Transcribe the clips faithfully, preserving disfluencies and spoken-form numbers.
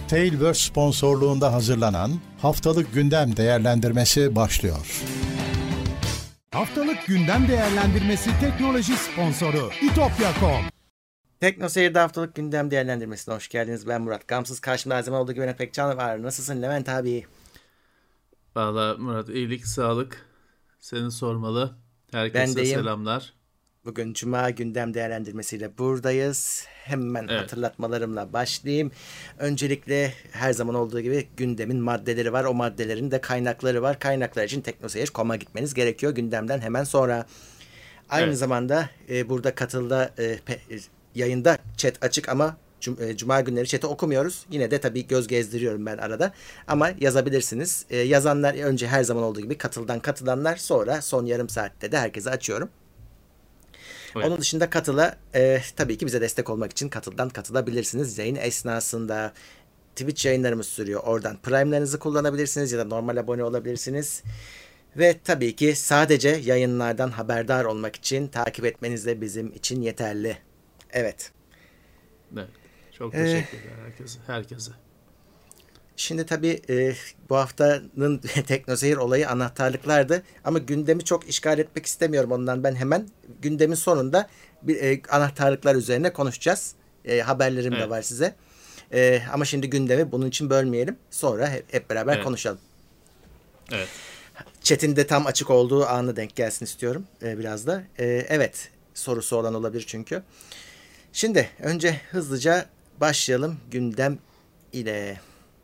Tailverse sponsorluğunda hazırlanan Haftalık Gündem Değerlendirmesi başlıyor. Haftalık Gündem Değerlendirmesi teknoloji sponsoru itopya nokta com. TeknoSeyir'de Haftalık Gündem Değerlendirmesi'ne hoş geldiniz. Ben Murat Gamsız. Karşımda her zaman olduğu gibi Levent Pekcan var. Nasılsın Levent abi? Valla Murat, iyilik, sağlık. Seni sormalı. Herkese selamlar. Bugün Cuma gündem değerlendirmesiyle buradayız. Hemen evet. hatırlatmalarımla başlayayım. Öncelikle her zaman olduğu gibi gündemin maddeleri var. O maddelerin de kaynakları var. Kaynaklar için teknoseyir nokta com'a gitmeniz gerekiyor gündemden hemen sonra. Aynı evet. zamanda e, burada katılda e, pe, e, yayında chat açık ama cum- e, Cuma günleri chat'i okumuyoruz. Yine de tabii göz gezdiriyorum ben arada. Ama yazabilirsiniz. E, yazanlar önce her zaman olduğu gibi katıldan katılanlar, sonra son yarım saatte de herkese açıyorum. Evet. Onun dışında katıla e, tabii ki bize destek olmak için katıldan katılabilirsiniz. Yayın esnasında Twitch yayınlarımız sürüyor. Oradan Prime'larınızı kullanabilirsiniz ya da normal abone olabilirsiniz. Ve tabii ki sadece yayınlardan haberdar olmak için takip etmeniz de bizim için yeterli. Evet. Evet. Çok teşekkürler ee, herkese. herkese. Şimdi tabii e, bu haftanın teknoseyir olayı anahtarlıklardı. Ama gündemi çok işgal etmek istemiyorum ondan. Ben hemen gündemin sonunda bir e, anahtarlıklar üzerine konuşacağız. E, haberlerim evet. de var size. E, ama şimdi gündemi bunun için bölmeyelim. Sonra hep, hep beraber evet. konuşalım. Evet. Chat'in de tam açık olduğu anı denk gelsin istiyorum e, biraz da. E, evet, sorusu olan olabilir çünkü. Şimdi önce hızlıca başlayalım gündem ile.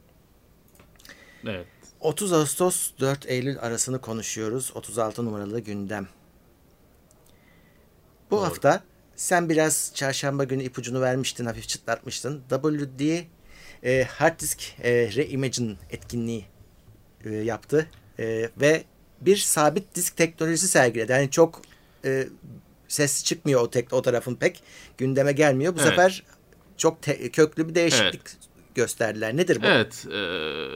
Evet. otuz Ağustos dört Eylül arasını konuşuyoruz. otuz altı numaralı gündem. Bu Doğru. hafta sen biraz çarşamba günü ipucunu vermiştin, hafif çıtlatmıştın. W D e, Hard Disk e, Reimagine etkinliği e, yaptı e, ve bir sabit disk teknolojisi sergiledi. Yani çok e, ses çıkmıyor o tek o tarafın pek gündeme gelmiyor. Bu evet. sefer çok te- köklü bir değişiklik evet. gösterdiler. Nedir bu? Evet. E,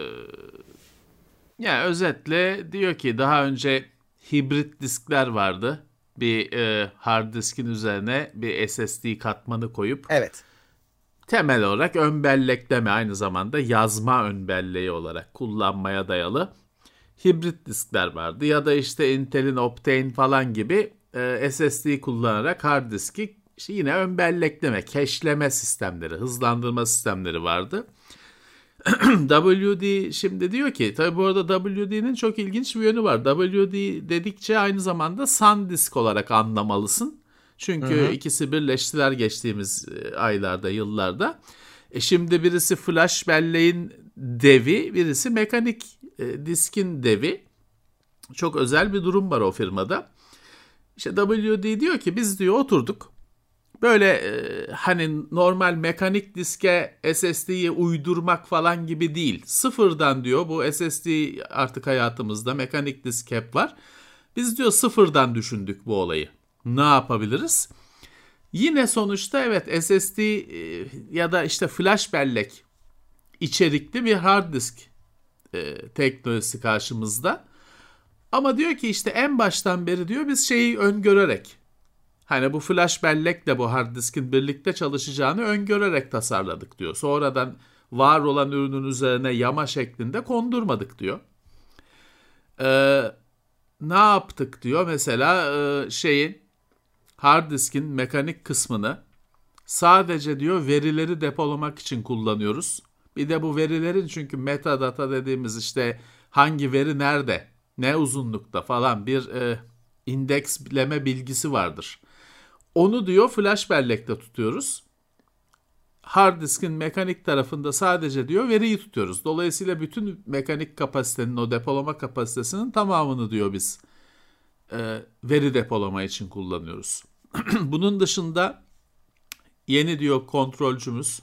yani özetle diyor ki daha önce hibrit diskler vardı. Bir e, hard diskin üzerine bir S S D katmanı koyup evet. temel olarak ön bellekleme, aynı zamanda yazma ön belleği olarak kullanmaya dayalı hibrit diskler vardı. Ya da işte Intel'in Optane falan gibi e, S S D kullanarak hard diski işte yine ön bellekleme, cache'leme sistemleri, hızlandırma sistemleri vardı. W D şimdi diyor ki, tabii bu arada W D'nin çok ilginç bir yönü var. W D dedikçe aynı zamanda SanDisk olarak anlamalısın. Çünkü hı hı. ikisi birleştiler geçtiğimiz aylarda, yıllarda. E şimdi birisi flash belleğin devi, birisi mekanik e, diskin devi. Çok özel bir durum var o firmada. İşte W D diyor ki biz diyor oturduk. Böyle e, hani normal mekanik diske S S D'yi uydurmak falan gibi değil. Sıfırdan diyor, bu S S D artık hayatımızda, mekanik disk hep var. Biz diyor sıfırdan düşündük bu olayı. Ne yapabiliriz? Yine sonuçta evet S S D e, ya da işte flash bellek içerikli bir hard disk e, teknolojisi karşımızda. Ama diyor ki işte en baştan beri diyor biz şeyi öngörerek, hani bu flash bellekle bu hard diskin birlikte çalışacağını öngörerek tasarladık diyor. Sonradan var olan ürünün üzerine yama şeklinde kondurmadık diyor. Ee, ne yaptık diyor mesela e, şeyin hard diskin mekanik kısmını sadece diyor verileri depolamak için kullanıyoruz. Bir de bu verilerin, çünkü metadata dediğimiz işte hangi veri nerede, ne uzunlukta falan bir e, indeksleme bilgisi vardır. Onu diyor flash bellekte tutuyoruz. Hard diskin mekanik tarafında sadece diyor veriyi tutuyoruz. Dolayısıyla bütün mekanik kapasitenin, o depolama kapasitesinin tamamını diyor biz e, veri depolama için kullanıyoruz. Bunun dışında yeni diyor kontrolcümüz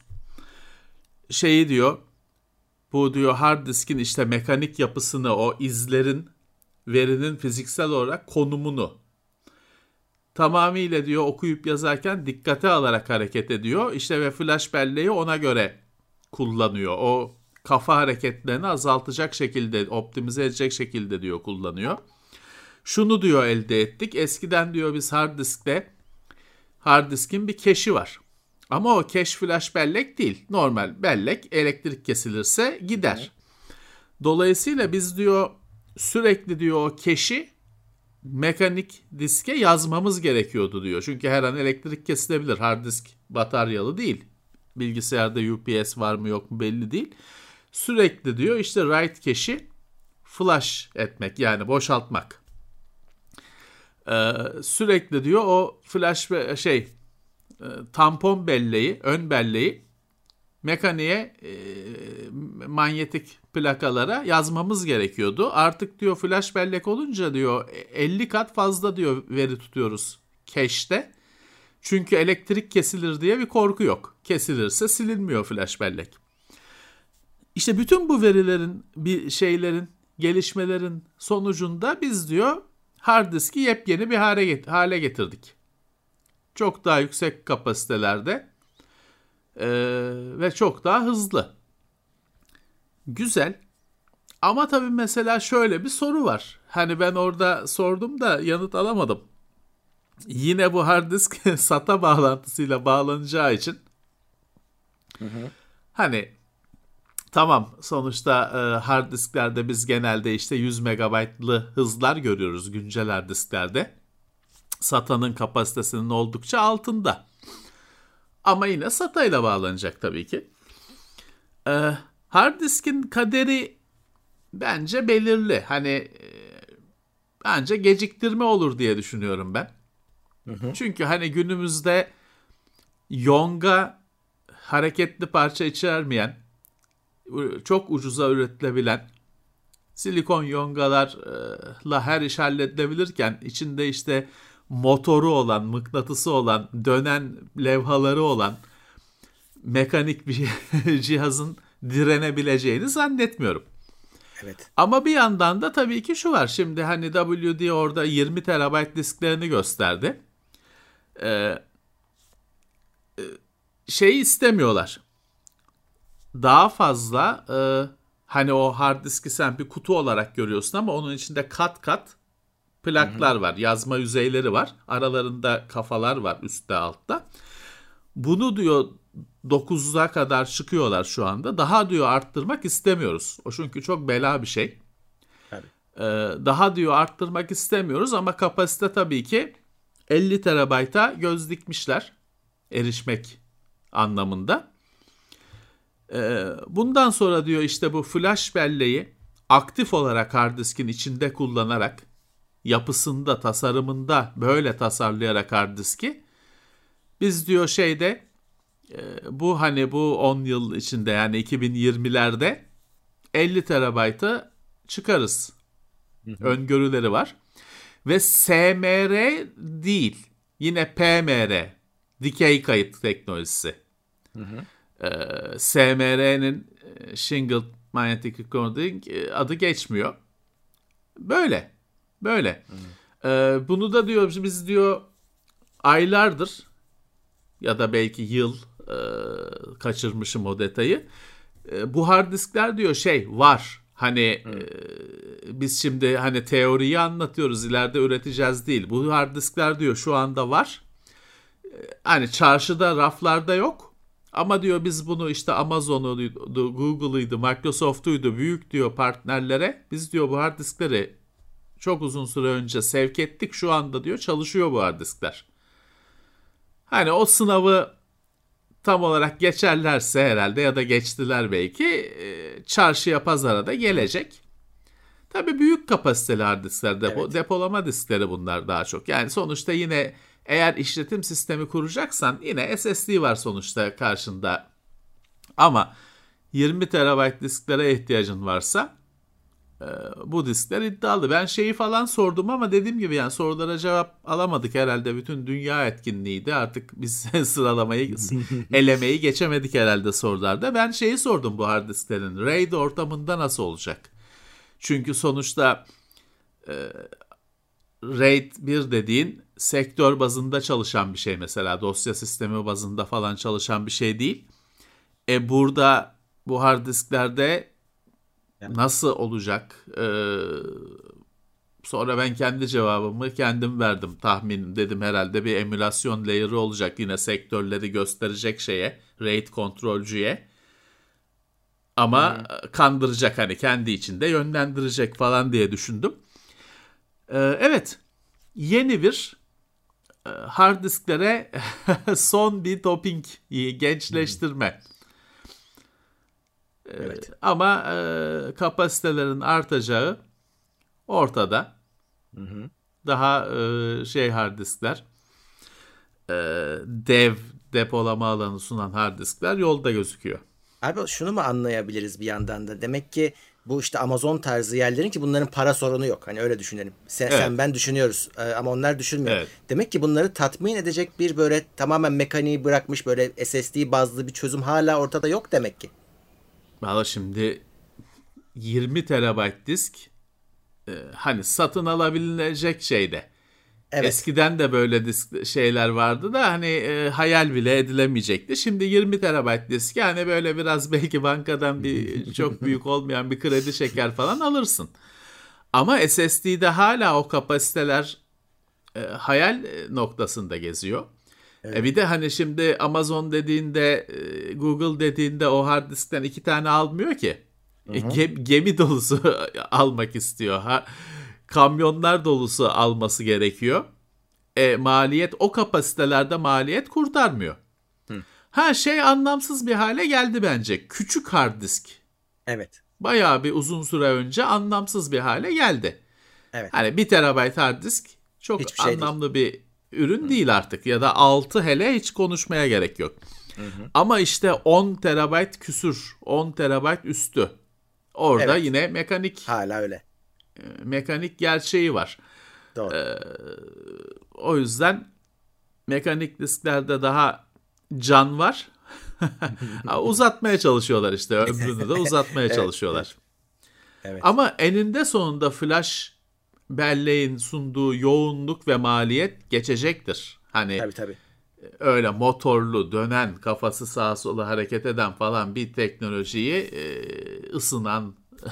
şeyi diyor, bu diyor hard diskin işte mekanik yapısını, o izlerin, verinin fiziksel olarak konumunu tamamıyla diyor okuyup yazarken dikkate alarak hareket ediyor. İşte ve flash belleği ona göre kullanıyor. O kafa hareketlerini azaltacak şekilde, optimize edecek şekilde diyor kullanıyor. Şunu diyor elde ettik. Eskiden diyor biz hard diskte, hard diskin bir cache'i var. Ama o cache flash bellek değil. Normal bellek, elektrik kesilirse gider. Hı. Dolayısıyla biz diyor sürekli diyor o cache'i mekanik diske yazmamız gerekiyordu diyor. Çünkü her an elektrik kesilebilir. Hard disk bataryalı değil. Bilgisayarda U P S var mı yok mu belli değil. Sürekli diyor işte write cache'i flash etmek, yani boşaltmak. Ee, sürekli diyor o flash şey e, tampon belleği, ön belleği mekaniğe, e, manyetik plakalara yazmamız gerekiyordu. Artık diyor flash bellek olunca diyor elli kat fazla diyor veri tutuyoruz cache'te. Çünkü elektrik kesilir diye bir korku yok. Kesilirse silinmiyor flash bellek. İşte bütün bu verilerin, bir şeylerin, gelişmelerin sonucunda biz diyor hard diski yepyeni bir hale, hale getirdik. Çok daha yüksek kapasitelerde ee, ve çok daha hızlı. Güzel. Ama tabii mesela şöyle bir soru var. Hani ben orada sordum da yanıt alamadım. Yine bu hard disk SATA bağlantısıyla bağlanacağı için hı hı. Hani tamam, sonuçta e, hard disklerde biz genelde işte yüz megabaytlı hızlar görüyoruz güncel hard disklerde. SATA'nın kapasitesinin oldukça altında. Ama yine SATA ile bağlanacak tabii ki. E, hard diskin kaderi bence belirli. Hani e, bence geciktirme olur diye düşünüyorum ben. Hı hı. Çünkü hani günümüzde yonga hareketli parça içermeyen, çok ucuza üretilebilen silikon yongalarla her iş halledilebilirken içinde işte motoru olan, mıknatısı olan, dönen levhaları olan mekanik bir cihazın direnebileceğini zannetmiyorum. Evet. Ama bir yandan da tabii ki şu var. Şimdi hani W D orada yirmi terabayt disklerini gösterdi. Ee, şey istemiyorlar. Daha fazla e, hani o hard diski sen bir kutu olarak görüyorsun ama onun içinde kat kat plaklar hı hı. var. Yazma yüzeyleri var. Aralarında kafalar var üstte altta. Bunu diyor dokuza kadar çıkıyorlar şu anda. Daha diyor arttırmak istemiyoruz. O çünkü çok bela bir şey. Evet. Ee, daha diyor arttırmak istemiyoruz ama kapasite tabii ki elli terabayta göz dikmişler. Erişmek anlamında. Ee, bundan sonra diyor işte bu flash belleği aktif olarak hard diskin içinde kullanarak, yapısında, tasarımında böyle tasarlayarak hard diski biz diyor şeyde e, bu hani bu on yıl içinde, yani iki bin yirmilerde elli terabayta çıkarız. Hı hı. Öngörüleri var. Ve S M R değil, yine P M R, dikey kayıt teknolojisi. Hı hı. Ee, S M R'nin Single Magnetic Recording adı geçmiyor. Böyle. Böyle. Hmm. Ee, bunu da diyor biz diyor aylardır ya da belki yıl e, kaçırmışım o detayı. E, bu hard diskler diyor şey var. Hani hmm. e, biz şimdi hani teoriyi anlatıyoruz, ileride üreteceğiz değil. Bu hard diskler diyor şu anda var. E, hani çarşıda, raflarda yok. Ama diyor biz bunu işte Amazon'uydu, Google'ıydı, Microsoft'uydu, büyük diyor partnerlere biz diyor bu hard diskleri çok uzun süre önce sevk ettik. Şu anda diyor çalışıyor bu hard diskler. Hani o sınavı tam olarak geçerlerse herhalde, ya da geçtiler belki, çarşıya, pazara da gelecek. Tabii büyük kapasiteli hard diskler, depo, evet. depolama diskleri bunlar daha çok. Yani sonuçta yine eğer işletim sistemi kuracaksan yine S S D var sonuçta karşında. Ama yirmi terabayt disklere ihtiyacın varsa e, bu diskler iddialı. Ben şeyi falan sordum ama dediğim gibi yani sorulara cevap alamadık herhalde. Bütün dünya etkinliğiydi. Artık biz sıralamayı, elemeyi geçemedik herhalde sorularda. Ben şeyi sordum bu hard disklerin. RAID ortamında nasıl olacak? Çünkü sonuçta e, RAID bir dediğin sektör bazında çalışan bir şey mesela. Dosya sistemi bazında falan çalışan bir şey değil. E burada bu hard disklerde nasıl olacak? Ee, Sonra ben kendi cevabımı kendim verdim. Tahminim dedim herhalde bir emülasyon layer'ı olacak. Yine sektörleri gösterecek şeye, RAID kontrolcüye. Ama hmm. kandıracak, hani kendi içinde yönlendirecek falan diye düşündüm. Ee, evet, yeni bir e, hard disklere son bir doping, gençleştirme. Hmm. Evet. Ee, ama e, kapasitelerin artacağı ortada. Hı hı. Daha e, şey hard diskler, e, dev depolama alanı sunan hard diskler yolda gözüküyor. Abi şunu mu anlayabiliriz bir yandan da? Demek ki bu işte Amazon tarzı yerlerin ki bunların para sorunu yok. Hani öyle düşünelim. Sen, evet. sen ben düşünüyoruz e, ama onlar düşünmüyor. Evet. Demek ki bunları tatmin edecek bir böyle tamamen mekaniği bırakmış böyle S S D bazlı bir çözüm hala ortada yok demek ki. Valla şimdi yirmi terabayt disk e, hani satın alabilecek şeyde. Evet. Eskiden de böyle disk şeyler vardı da hani e, hayal bile edilemeyecekti. Şimdi yirmi terabayt disk, yani böyle biraz belki bankadan bir çok büyük olmayan bir kredi çeker falan alırsın. Ama S S D'de hala o kapasiteler e, hayal noktasında geziyor. Evet. E bir de hani şimdi Amazon dediğinde, e, Google dediğinde o hard diskten iki tane almıyor ki. E, gem, gemi dolusu almak istiyor. Ha, kamyonlar dolusu alması gerekiyor. E, maliyet, o kapasitelerde maliyet kurtarmıyor. Hı. Ha şey anlamsız bir hale geldi bence. Küçük hard disk. Evet. Bayağı bir uzun süre önce anlamsız bir hale geldi. Evet. Hani bir terabayt hard disk çok Hiçbir şey anlamlı değil. Bir ürün Hı. değil artık. Ya da altı hele hiç konuşmaya gerek yok. Hı hı. Ama işte on terabayt küsür, on terabayt üstü. Orada evet. Yine mekanik. Hala öyle. Mekanik gerçeği var. Doğru. Ee, o yüzden mekanik disklerde daha can var. Uzatmaya çalışıyorlar işte. Ömrünü de uzatmaya evet, çalışıyorlar. Evet. Ama eninde sonunda flash belleğin sunduğu yoğunluk ve maliyet geçecektir. Hani tabii, tabii. Öyle motorlu, dönen, kafası sağa sola hareket eden falan bir teknolojiyi ısınan,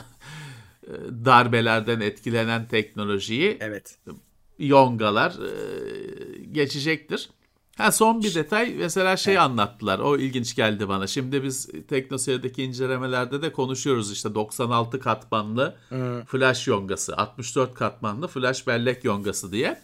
darbelerden etkilenen teknolojiyi evet. yongalar geçecektir. Ha, son bir detay mesela şey evet. anlattılar. O ilginç geldi bana. Şimdi biz TeknoSeyir'deki incelemelerde de konuşuyoruz işte doksan altı katmanlı hmm. flash yongası, altmış dört katmanlı flash bellek yongası diye.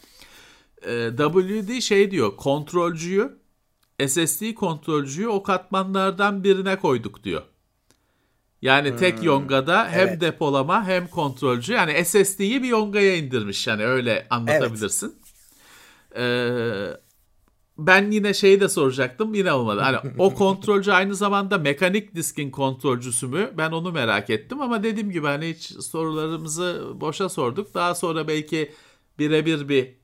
W D şey diyor, kontrolcüyü, S S D kontrolcüyü o katmanlardan birine koyduk diyor. Yani hmm. tek yongada hem evet. depolama hem kontrolcü, yani S S D'yi bir yongaya indirmiş, yani öyle anlatabilirsin. Evet. Ee, ben yine şeyi de soracaktım, yine olmadı. Hani o kontrolcü aynı zamanda mekanik diskin kontrolcüsü mü? Ben onu merak ettim ama dediğim gibi hani hiç sorularımızı boşa sorduk. Daha sonra belki birebir bir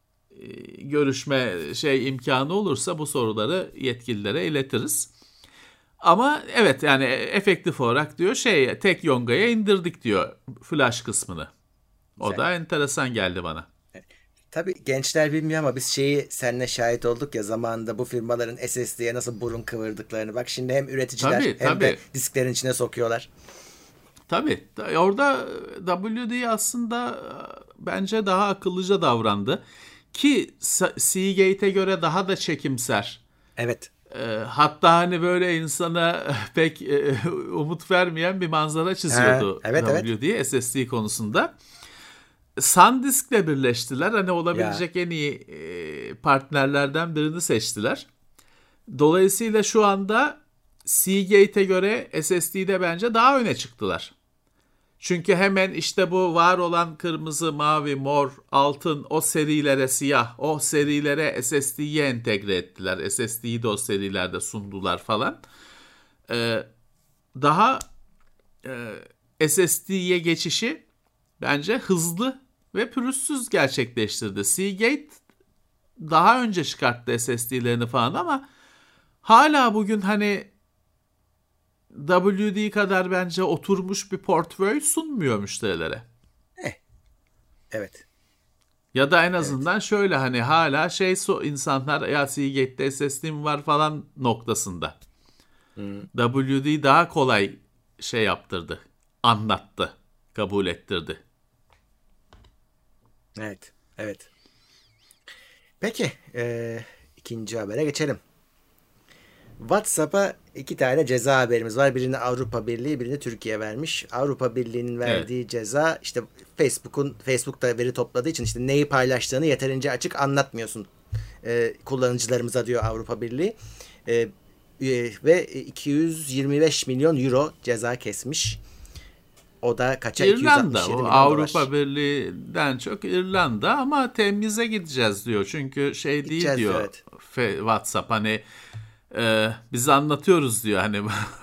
görüşme şey imkanı olursa bu soruları yetkililere iletiriz. Ama evet, yani efektif olarak diyor şey, tek yongaya indirdik diyor flash kısmını. O Güzel. Da enteresan geldi bana. Tabii gençler bilmiyor ama biz şeyi seninle şahit olduk ya zamanında, bu firmaların S S D'ye nasıl burun kıvırdıklarını. Bak şimdi hem üreticiler tabii, hem tabii. de disklerin içine sokuyorlar. Tabii. Orada W D aslında bence daha akıllıca davrandı. Ki Seagate'e göre daha da çekimser. Evet. E, hatta hani böyle insana pek e, umut vermeyen bir manzara çiziyordu ha, evet, W D evet. S S D konusunda. SanDisk'le birleştiler. Hani olabilecek ya. en iyi e, partnerlerden birini seçtiler. Dolayısıyla şu anda Seagate'e göre S S D'de bence daha öne çıktılar. Çünkü hemen işte bu var olan kırmızı, mavi, mor, altın, o serilere siyah, o serilere S S D'yi entegre ettiler. S S D'yi de o serilerde sundular falan. Ee, daha e, S S D'ye geçişi bence hızlı ve pürüzsüz gerçekleştirdi. Seagate daha önce çıkarttı S S D'lerini falan ama hala bugün hani W D kadar bence oturmuş bir portföy sunmuyor müşterilere. Eh. Evet. Ya da en azından evet. şöyle hani hala şey insanlar ya Seagate'de S S D'm var falan noktasında. Hmm. W D daha kolay şey yaptırdı, anlattı, kabul ettirdi. Evet, evet. Peki, e, ikinci habere geçelim. WhatsApp'a iki tane ceza haberimiz var. Birini Avrupa Birliği, birini Türkiye vermiş. Avrupa Birliği'nin verdiği evet. ceza işte Facebook'un Facebook'ta veri topladığı için işte neyi paylaştığını yeterince açık anlatmıyorsun e, kullanıcılarımıza diyor Avrupa Birliği. E, e, ve iki yüz yirmi beş milyon euro ceza kesmiş. O da kaça? İrlanda, o Avrupa dolar. Birliği'den çok İrlanda ama temize gideceğiz diyor. Çünkü şey değil gideceğiz, diyor evet. WhatsApp hani e, biz anlatıyoruz diyor hani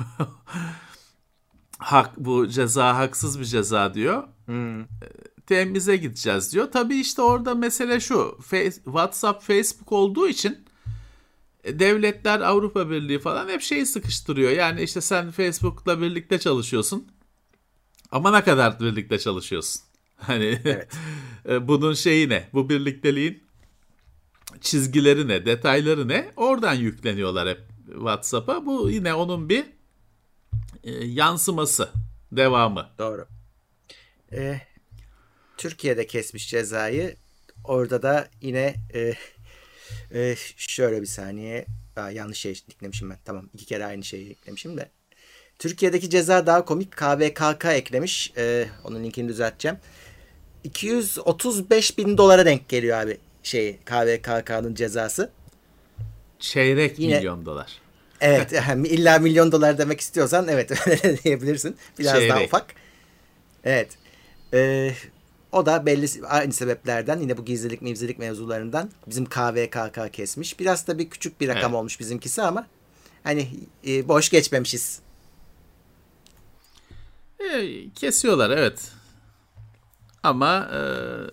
hak bu ceza haksız bir ceza diyor. Hmm. E, temize gideceğiz diyor. Tabii işte orada mesele şu. Face, WhatsApp Facebook olduğu için e, devletler Avrupa Birliği falan hep şeyi sıkıştırıyor. Yani işte sen Facebook'la birlikte çalışıyorsun. Ama ne kadar birlikte çalışıyorsun? Hani evet. Bunun şeyi ne? Bu birlikteliğin çizgileri ne? Detayları ne? Oradan yükleniyorlar hep WhatsApp'a. Bu yine onun bir e, yansıması, devamı. Doğru. Ee, Türkiye'de kesmiş cezayı. Orada da yine e, e, şöyle bir saniye. Aa, yanlış şey eklemişim ben. Tamam. iki kere aynı şeyi eklemişim de. Türkiye'deki ceza daha komik. K V K K eklemiş. Ee, onun linkini düzelteceğim. iki yüz otuz beş bin dolara denk geliyor abi şey K V K K'nın cezası. Çeyrek Yine, milyon dolar. Evet. illa milyon dolar demek istiyorsan evet öyle diyebilirsin. Biraz Çeyrek. Daha ufak. Evet. Ee, o da belli aynı sebeplerden yine bu gizlilik mevzilik mevzularından bizim K V K K kesmiş. Biraz da bir küçük bir rakam evet. olmuş bizimkisi ama hani e, boş geçmemişiz. E, kesiyorlar evet. Ama e,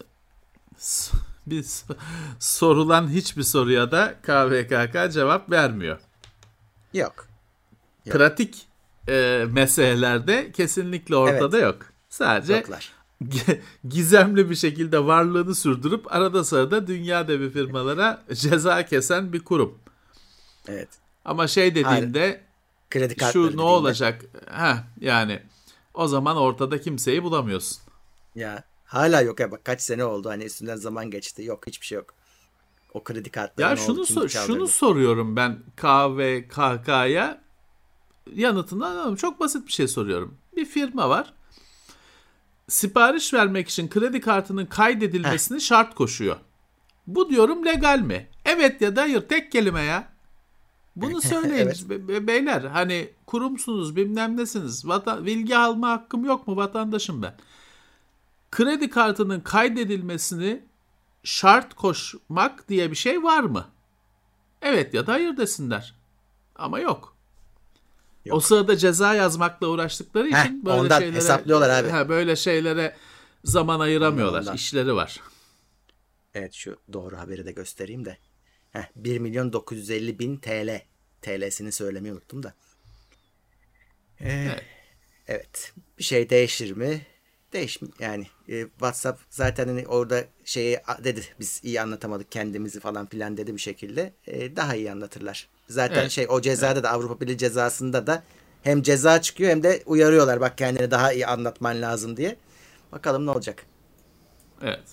bir sorulan hiçbir soruya da K V K K cevap vermiyor. Yok. yok. Pratik e, meselelerde kesinlikle ortada evet. yok. Sadece Yoklar. gizemli bir şekilde varlığını sürdürüp arada sırada dünya devi firmalara ceza kesen bir kurum. Evet. Ama şey dediğinde Hayır. Kredi kartları şu ne dediğinde. olacak? Heh, yani o zaman ortada kimseyi bulamıyorsun. Ya hala yok ya bak kaç sene oldu hani üstünden zaman geçti. Yok hiçbir şey yok. O kredi kartları ya şunu so- şunu soruyorum ben K V K K'ya yanıtını anlamadım. Çok basit bir şey soruyorum. Bir firma var. Sipariş vermek için kredi kartının kaydedilmesini Heh. şart koşuyor. Bu diyorum legal mi? Evet ya da hayır tek kelime ya. Bunu söyleyin evet. be- beyler. Hani kurumsunuz bilmem nesiniz. Vatan- bilgi alma hakkım yok mu? Vatandaşım ben. Kredi kartının kaydedilmesini şart koşmak diye bir şey var mı? Evet ya da hayır desinler. Ama yok. yok. O sırada ceza yazmakla uğraştıkları Heh, için böyle ondan şeylere hesaplıyorlar abi. He, böyle şeylere zaman ayıramıyorlar. Ondan. İşleri var. Evet şu doğru haberi de göstereyim de. Heh, bir milyon dokuz yüz elli bin T L. T L'sini söylemeyi unuttum da. Ee, evet. evet. Bir şey değişir mi? Değiş yani e, WhatsApp zaten hani orada şeyi dedi biz iyi anlatamadık kendimizi falan filan dedi bir şekilde. E, daha iyi anlatırlar. Zaten evet. şey o cezada evet. da Avrupa Birliği cezasında da hem ceza çıkıyor hem de uyarıyorlar bak kendini daha iyi anlatman lazım diye. Bakalım ne olacak. Evet.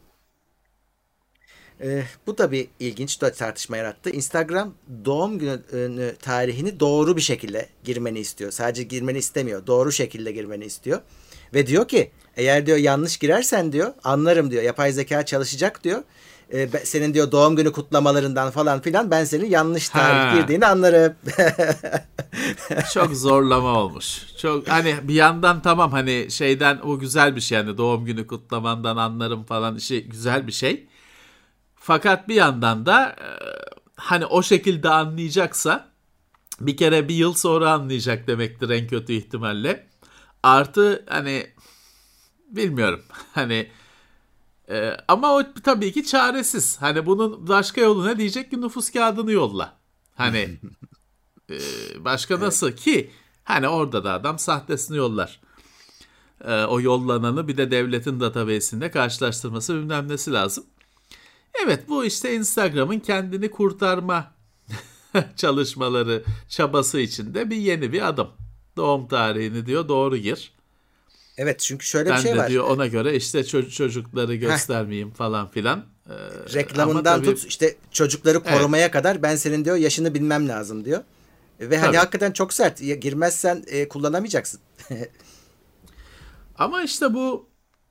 Ee, bu da bir ilginç da tartışma yarattı. Instagram doğum günü tarihini doğru bir şekilde girmeni istiyor. Sadece girmeni istemiyor. Doğru şekilde girmeni istiyor. Ve diyor ki eğer diyor yanlış girersen diyor anlarım diyor. Yapay zeka çalışacak diyor. Ee, senin diyor doğum günü kutlamalarından falan filan ben senin yanlış tarih ha. girdiğini anlarım. Çok zorlama olmuş. Çok hani bir yandan tamam hani şeyden o güzel bir şey yani doğum günü kutlamandan anlarım falan şey güzel bir şey. Fakat bir yandan da e, hani o şekilde anlayacaksa bir kere bir yıl sonra anlayacak demektir en kötü ihtimalle. Artı hani bilmiyorum hani e, ama o tabii ki çaresiz. Hani bunun başka yolu ne diyecek ki nüfus kağıdını yolla. Hani e, başka nasıl evet. ki hani orada da adam sahtesini yollar. E, o yollananı bir de devletin database'inde karşılaştırması bilmem nesi lazım. Evet bu işte Instagram'ın kendini kurtarma çalışmaları, çabası içinde bir yeni bir adım. Doğum tarihini diyor doğru gir. Evet, çünkü şöyle ben bir şey de var. diyor ona göre işte ço- çocukları göstermeyeyim Heh. falan filan. Ee, Reklamından tabii, tut işte çocukları korumaya evet. kadar ben senin diyor yaşını bilmem lazım diyor. Ve hani Tabii. hakikaten çok sert. Girmezsen e, kullanamayacaksın. Ama işte bu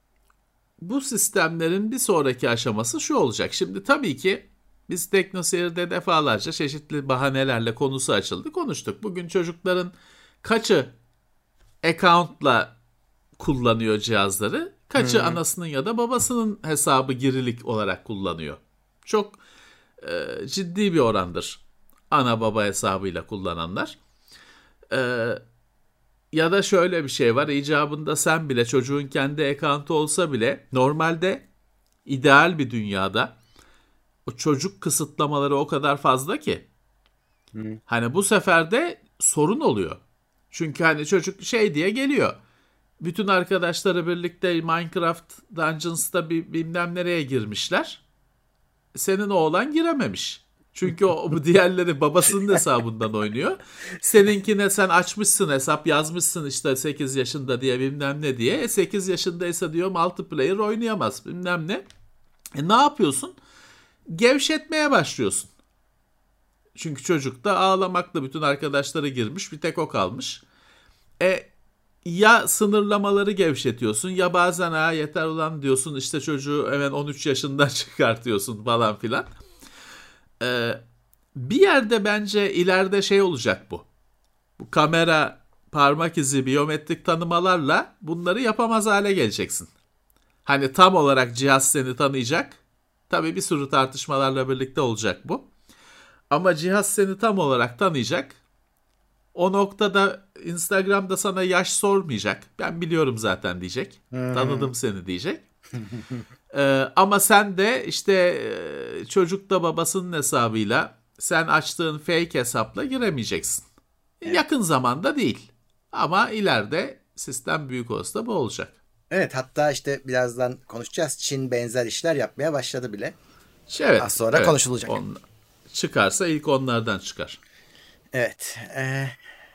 bu sistemlerin bir sonraki aşaması şu olacak. Şimdi tabii ki biz TeknoSeyir'de defalarca çeşitli bahanelerle konusu açıldı, konuştuk. Bugün çocukların kaçı account'la kullanıyor cihazları, kaçı hmm. anasının ya da babasının hesabı girilik olarak kullanıyor. Çok e, ciddi bir orandır ana baba hesabıyla kullananlar. E, ya da şöyle bir şey var, icabında sen bile çocuğun kendi account'u olsa bile normalde ideal bir dünyada o çocuk kısıtlamaları o kadar fazla ki hmm. hani bu sefer de sorun oluyor. Çünkü hani çocuk şey diye geliyor. Bütün arkadaşları birlikte Minecraft Dungeons'ta bir, bilmem nereye girmişler. Senin oğlan girememiş. Çünkü o bu diğerleri babasının hesabından oynuyor. Seninkine sen açmışsın hesap, yazmışsın işte sekiz yaşında diye bilmem ne diye. E sekiz yaşındaysa diyor multiplayer oynayamaz bilmem ne. E ne yapıyorsun? Gevşetmeye başlıyorsun. Çünkü çocuk da ağlamakla bütün arkadaşları girmiş, bir tek o kalmış. E ya sınırlamaları gevşetiyorsun ya bazen ha yeter ulan diyorsun işte çocuğu hemen on üç yaşından çıkartıyorsun falan filan. Ee, bir yerde bence ileride şey olacak bu. Bu kamera, parmak izi, biyometrik tanımalarla bunları yapamaz hale geleceksin. Hani tam olarak cihaz seni tanıyacak. Tabii bir sürü tartışmalarla birlikte olacak bu. Ama cihaz seni tam olarak tanıyacak. O noktada Instagram'da sana yaş sormayacak. Ben biliyorum zaten diyecek. Tanıdım seni diyecek. ee, ama sen de işte çocuk da babasının hesabıyla sen açtığın fake hesapla giremeyeceksin. Evet. Yakın zamanda değil. Ama ileride sistem büyük olsa bu olacak. Evet, hatta işte birazdan konuşacağız. Çin benzer işler yapmaya başladı bile. Evet. Az sonra evet. konuşulacak. On, çıkarsa ilk onlardan çıkar. Evet. E,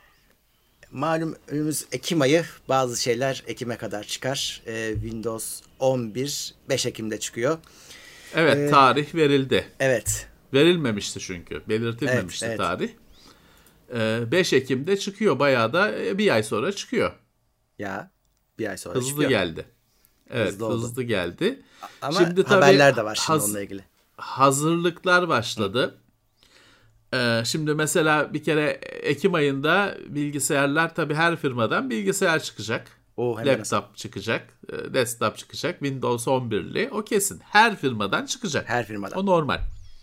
malum önümüz Ekim ayı, bazı şeyler Ekim'e kadar çıkar. E, Windows on bir beş Ekim'de çıkıyor. Evet ee, tarih verildi. Evet. Verilmemişti çünkü. Belirtilmemişti evet, evet. tarih. Ee, beş Ekim'de çıkıyor. Bayağı da bir ay sonra çıkıyor. Ya bir ay sonra hızlı çıkıyor. Hızlı geldi. Evet hızlı, hızlı geldi. Ama şimdi haberler de var şimdi haz, onunla ilgili. Hazırlıklar başladı. Ee, şimdi mesela bir kere Ekim ayında bilgisayarlar tabii her firmadan bilgisayar çıkacak. Oh, laptop nasıl? çıkacak. Desktop çıkacak. Windows on birli. O kesin. Her firmadan çıkacak. Her firmadan. O normal.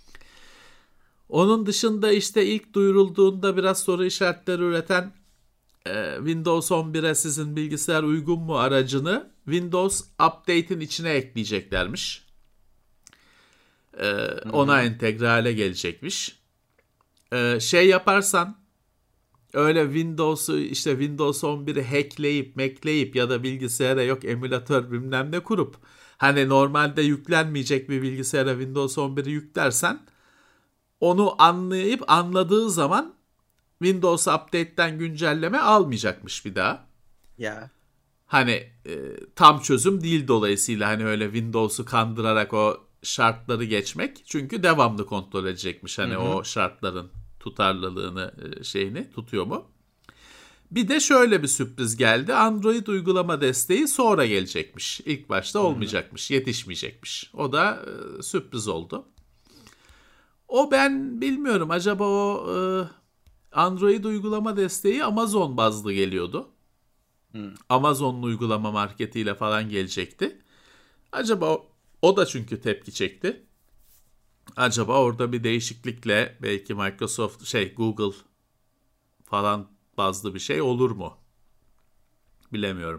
Onun dışında işte ilk duyurulduğunda biraz soru işaretleri üreten e, Windows on bire sizin bilgisayar uygun mu aracını Windows Update'in içine ekleyeceklermiş. E, ona entegre hale gelecekmiş. E, şey yaparsan öyle Windows'u işte Windows on biri hackleyip mekleyip ya da bilgisayara yok emülatör bilmem ne kurup hani normalde yüklenmeyecek bir bilgisayara Windows on biri yüklersen onu anlayıp anladığı zaman Windows Update'ten güncelleme almayacakmış bir daha. Ya. Hani e, tam çözüm değil dolayısıyla hani öyle Windows'u kandırarak o şartları geçmek. Çünkü devamlı kontrol edecekmiş hani Hı-hı. o şartların tutarlılığını şeyini tutuyor mu? Bir de şöyle bir sürpriz geldi. Android uygulama desteği sonra gelecekmiş. İlk başta olmayacakmış, Hı-hı. yetişmeyecekmiş. O da e, sürpriz oldu. O ben bilmiyorum. Acaba o e, Android uygulama desteği Amazon bazlı geliyordu. Hmm. Amazon'un uygulama marketiyle falan gelecekti. Acaba o, o da çünkü tepki çekti. Acaba orada bir değişiklikle belki Microsoft şey Google falan bazlı bir şey olur mu? Bilemiyorum.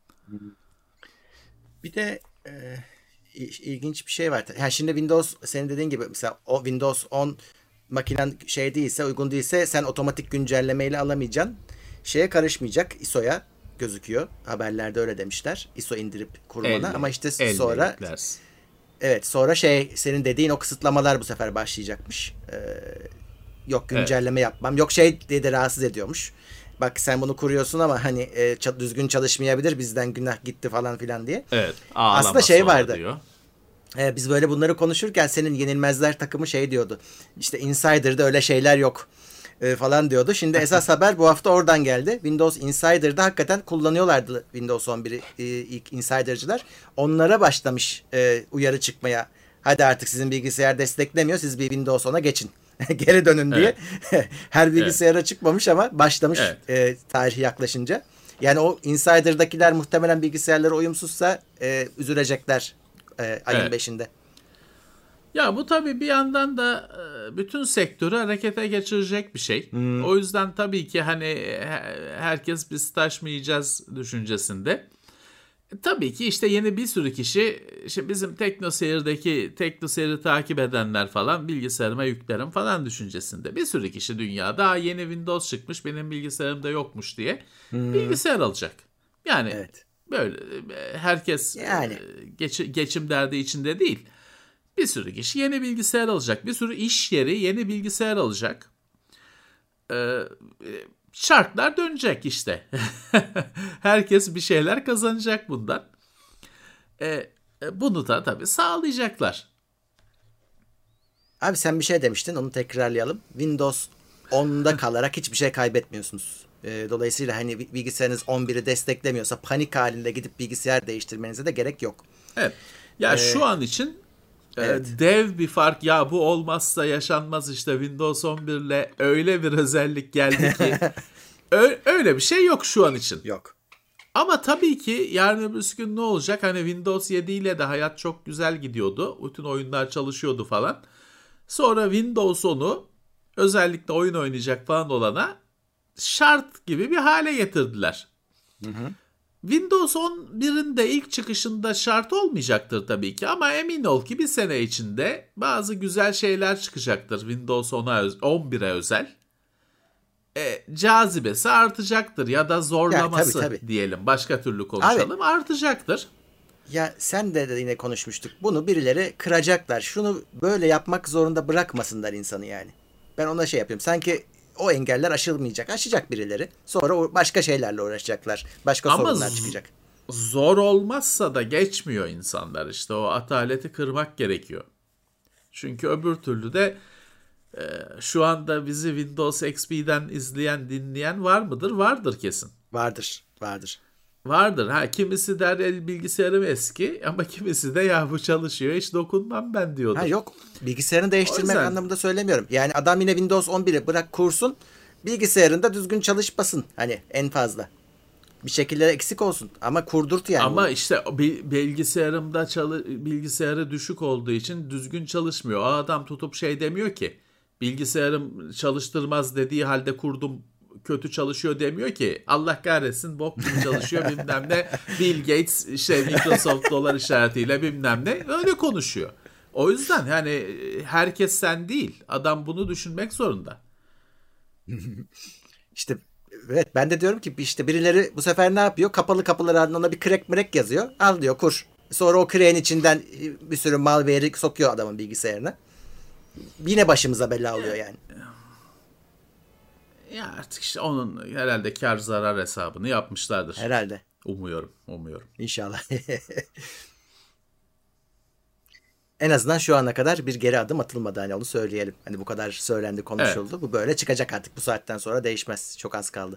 Bir de e... ilginç bir şey var. Yani şimdi Windows senin dediğin gibi mesela o Windows on makinen şey değilse, uygun değilse sen otomatik güncellemeyle alamayacaksın. Şeye karışmayacak. I S O'ya gözüküyor. Haberlerde öyle demişler. I S O indirip kurmana elle, ama işte sonra yüklersin. Evet, sonra şey senin dediğin o kısıtlamalar bu sefer başlayacakmış. Ee, yok güncelleme evet. yapmam. Yok şey diye de rahatsız ediyormuş. bak sen bunu kuruyorsun ama hani e, ça- düzgün çalışmayabilir, bizden günah gitti falan filan diye. Evet. Aslında şey vardı. Diyor. E, biz böyle bunları konuşurken senin Yenilmezler takımı şey diyordu. İşte Insider'da öyle şeyler yok e, falan diyordu. Şimdi esas haber bu hafta oradan geldi. Windows Insider'da hakikaten kullanıyorlardı Windows on biri e, ilk Insider'cılar. Onlara başlamış e, uyarı çıkmaya. Hadi artık sizin bilgisayar desteklemiyor, siz bir Windows on'a geçin. Geri dönün diye. Evet. Her bilgisayara evet. çıkmamış ama başlamış evet. e, tarihi yaklaşınca. Yani o Insider'dakiler muhtemelen bilgisayarlara uyumsuzsa e, üzülecekler e, ayın evet. beşinde. Ya bu tabii bir yandan da bütün sektörü harekete geçirecek bir şey. Hmm. O yüzden tabii ki hani herkes biz taşmayacağız düşüncesinde. Tabii ki işte yeni bir sürü kişi, işte bizim TeknoSeyir'deki TeknoSeyir'i takip edenler falan bilgisayarıma yüklerim falan düşüncesinde. Bir sürü kişi dünyada yeni Windows çıkmış benim bilgisayarımda yokmuş diye hmm. bilgisayar alacak. Yani evet. böyle herkes yani. geç, geçim derdi içinde değil. Bir sürü kişi yeni bilgisayar alacak. Bir sürü iş yeri yeni bilgisayar alacak. Ee, şartlar dönecek işte. Herkes bir şeyler kazanacak bundan. Ee, bunu da tabii sağlayacaklar. Abi sen bir şey demiştin, onu tekrarlayalım. Windows onda kalarak hiçbir şey kaybetmiyorsunuz. Ee, dolayısıyla hani bilgisayarınız on biri desteklemiyorsa panik halinde gidip bilgisayar değiştirmenize de gerek yok. Evet. Ya ee, şu an için Evet. dev bir fark, ya bu olmazsa yaşanmaz işte Windows on bir ile öyle bir özellik geldi ki öyle bir şey yok şu an için. Yok. Ama tabii ki yarın öbür gün ne olacak? Hani Windows yedi ile de hayat çok güzel gidiyordu. Bütün oyunlar çalışıyordu falan. Sonra Windows onu özellikle oyun oynayacak falan olana şart gibi bir hale getirdiler. Hı hı. Windows on birin de ilk çıkışında şart olmayacaktır tabii ki ama emin ol ki bir sene içinde bazı güzel şeyler çıkacaktır Windows ona on bire özel. E, cazibesi artacaktır ya da zorlaması ya, tabii, tabii. diyelim, başka türlü konuşalım, abi, artacaktır. Ya sen de, de yine konuşmuştuk, bunu birileri kıracaklar, şunu böyle yapmak zorunda bırakmasınlar insanı yani. Ben ona şey yapıyorum, sanki o engeller aşılmayacak. Aşacak birileri. Sonra başka şeylerle uğraşacaklar. Başka ama sorunlar z- çıkacak. Zor olmazsa da geçmiyor insanlar. İşte o ataleti kırmak gerekiyor. Çünkü öbür türlü de e, şu anda bizi Windows X P'den izleyen, dinleyen var mıdır? Vardır kesin. Vardır. Vardır. Vardır. Ha, kimisi der el bilgisayarım eski ama kimisi de ya bu çalışıyor hiç dokunmam ben diyordur. Ha, yok. Bilgisayarını değiştirmek yüzden... anlamında söylemiyorum. Yani adam yine Windows on biri bırak kursun, bilgisayarında düzgün çalışmasın hani en fazla. Bir şekilde eksik olsun ama kurdurt yani. Ama bunu. işte bilgisayarımda çalı, bilgisayarı düşük olduğu için düzgün çalışmıyor. O adam tutup şey demiyor ki bilgisayarım çalıştırmaz dediği halde kurdum kötü çalışıyor demiyor ki. Allah kahretsin bok gibi çalışıyor bilmem ne. Bill Gates işte Microsoft dolar işaretiyle bilmem ne öyle konuşuyor. O yüzden yani herkes sen değil. Adam bunu düşünmek zorunda. İşte evet, ben de diyorum ki işte birileri bu sefer ne yapıyor? Kapalı kapılar ardına bir crack mrek yazıyor. Al diyor kur. Sonra o crack'in içinden bir sürü malware'i sokuyor adamın bilgisayarına. Yine başımıza bela oluyor yani. Ya artık işte onun herhalde kar zarar hesabını yapmışlardır. Herhalde. Umuyorum, umuyorum. İnşallah. En azından şu ana kadar bir geri adım atılmadı, hani onu söyleyelim. Hani bu kadar söylendi, konuşuldu. Evet. Bu böyle çıkacak artık, bu saatten sonra değişmez. Çok az kaldı.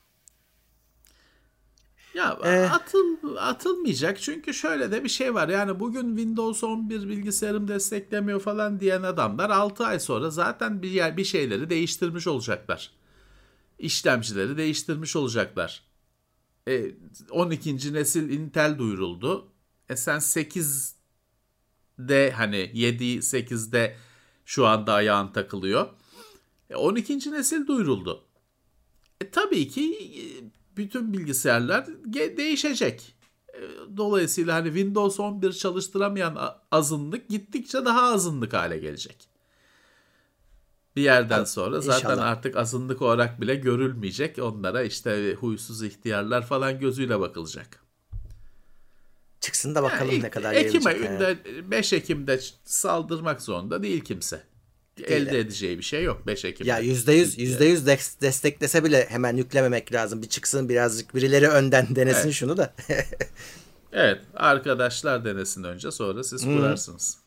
Ya ee, atıl atılmayacak çünkü şöyle de bir şey var. Yani bugün Windows on bir bilgisayarım desteklemiyor falan diyen adamlar altı ay sonra zaten bir yer bir şeyleri değiştirmiş olacaklar. İşlemcileri değiştirmiş olacaklar. E, on ikinci nesil Intel duyuruldu. E sen sekizde hani yedi sekizde şu anda ayağın takılıyor. E, on ikinci nesil duyuruldu. E, tabii ki bütün bilgisayarlar değişecek. E, dolayısıyla hani Windows on bir çalıştıramayan azınlık gittikçe daha azınlık hale gelecek. Bir yerden sonra zaten İnşallah. Artık azınlık olarak bile görülmeyecek. Onlara işte huysuz ihtiyarlar falan gözüyle bakılacak. Çıksın da bakalım yani, ne kadar Ekim ayında, beş Ekim'de saldırmak zorunda değil kimse. elde edeceği bir şey yok beş Ekim'de. Ya yüzde yüz yüzde yüz desteklese bile hemen yüklememek lazım. Bir çıksın birazcık birileri önden denesin evet. şunu da. Evet, arkadaşlar denesin önce, sonra siz hmm. kurarsınız.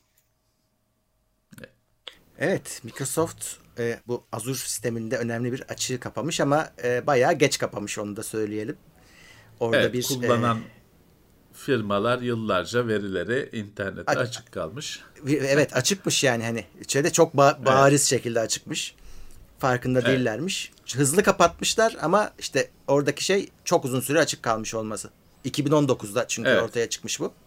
Evet, evet Microsoft e, bu Azure sisteminde önemli bir açığı kapamış ama e, bayağı geç kapamış, onu da söyleyelim. Orada evet, bir kullanan e, firmalar yıllarca verileri internette a- açık kalmış. Evet, açıkmış yani, hani içeride çok ba- bariz evet. şekilde açıkmış. Farkında evet. değillermiş. Hızlı kapatmışlar ama işte oradaki şey çok uzun süre açık kalmış olması. iki bin on dokuzda çünkü evet. ortaya çıkmış bu.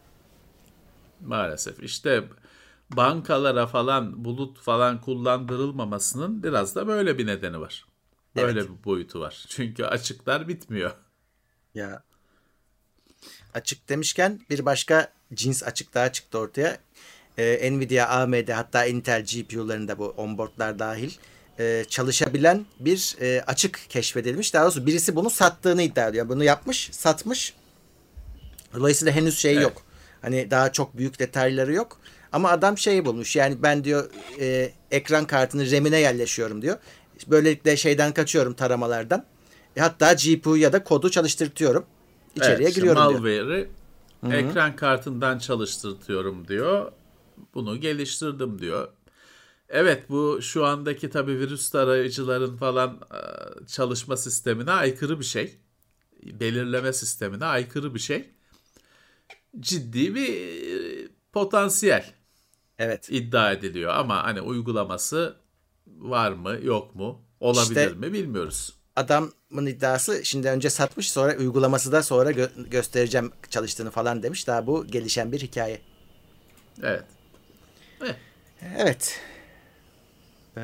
Maalesef işte bankalara falan bulut falan kullandırılmamasının biraz da böyle bir nedeni var. Böyle evet. bir boyutu var. Çünkü açıklar bitmiyor. Ya açık demişken bir başka cins açık daha çıktı ortaya. Ee, Nvidia, A M D hatta Intel G P U'larında bu onboardlar dahil e, çalışabilen bir e, açık keşfedilmiş. Daha doğrusu birisi bunu sattığını iddia ediyor. Bunu yapmış, satmış. Dolayısıyla henüz şey evet. yok. Hani daha çok büyük detayları yok. Ama adam şeyi bulmuş. Yani ben diyor e, ekran kartını RAM'ine yerleşiyorum diyor. Böylelikle şeyden kaçıyorum, taramalardan. E, hatta G P U ya da kodu çalıştırtıyorum. İçeriye evet, giriyorum diyor. Malware'i ekran kartından çalıştırtıyorum diyor. Bunu geliştirdim diyor. Evet, bu şu andaki tabii virüs tarayıcıların falan çalışma sistemine aykırı bir şey. Belirleme sistemine aykırı bir şey. Ciddi bir potansiyel evet. iddia ediliyor ama hani uygulaması var mı yok mu, olabilir işte, mi bilmiyoruz. Adamın iddiası şimdi önce satmış, sonra uygulaması da sonra gö- göstereceğim çalıştığını falan demiş. Daha bu gelişen bir hikaye. Evet. Evet. Evet. Ee,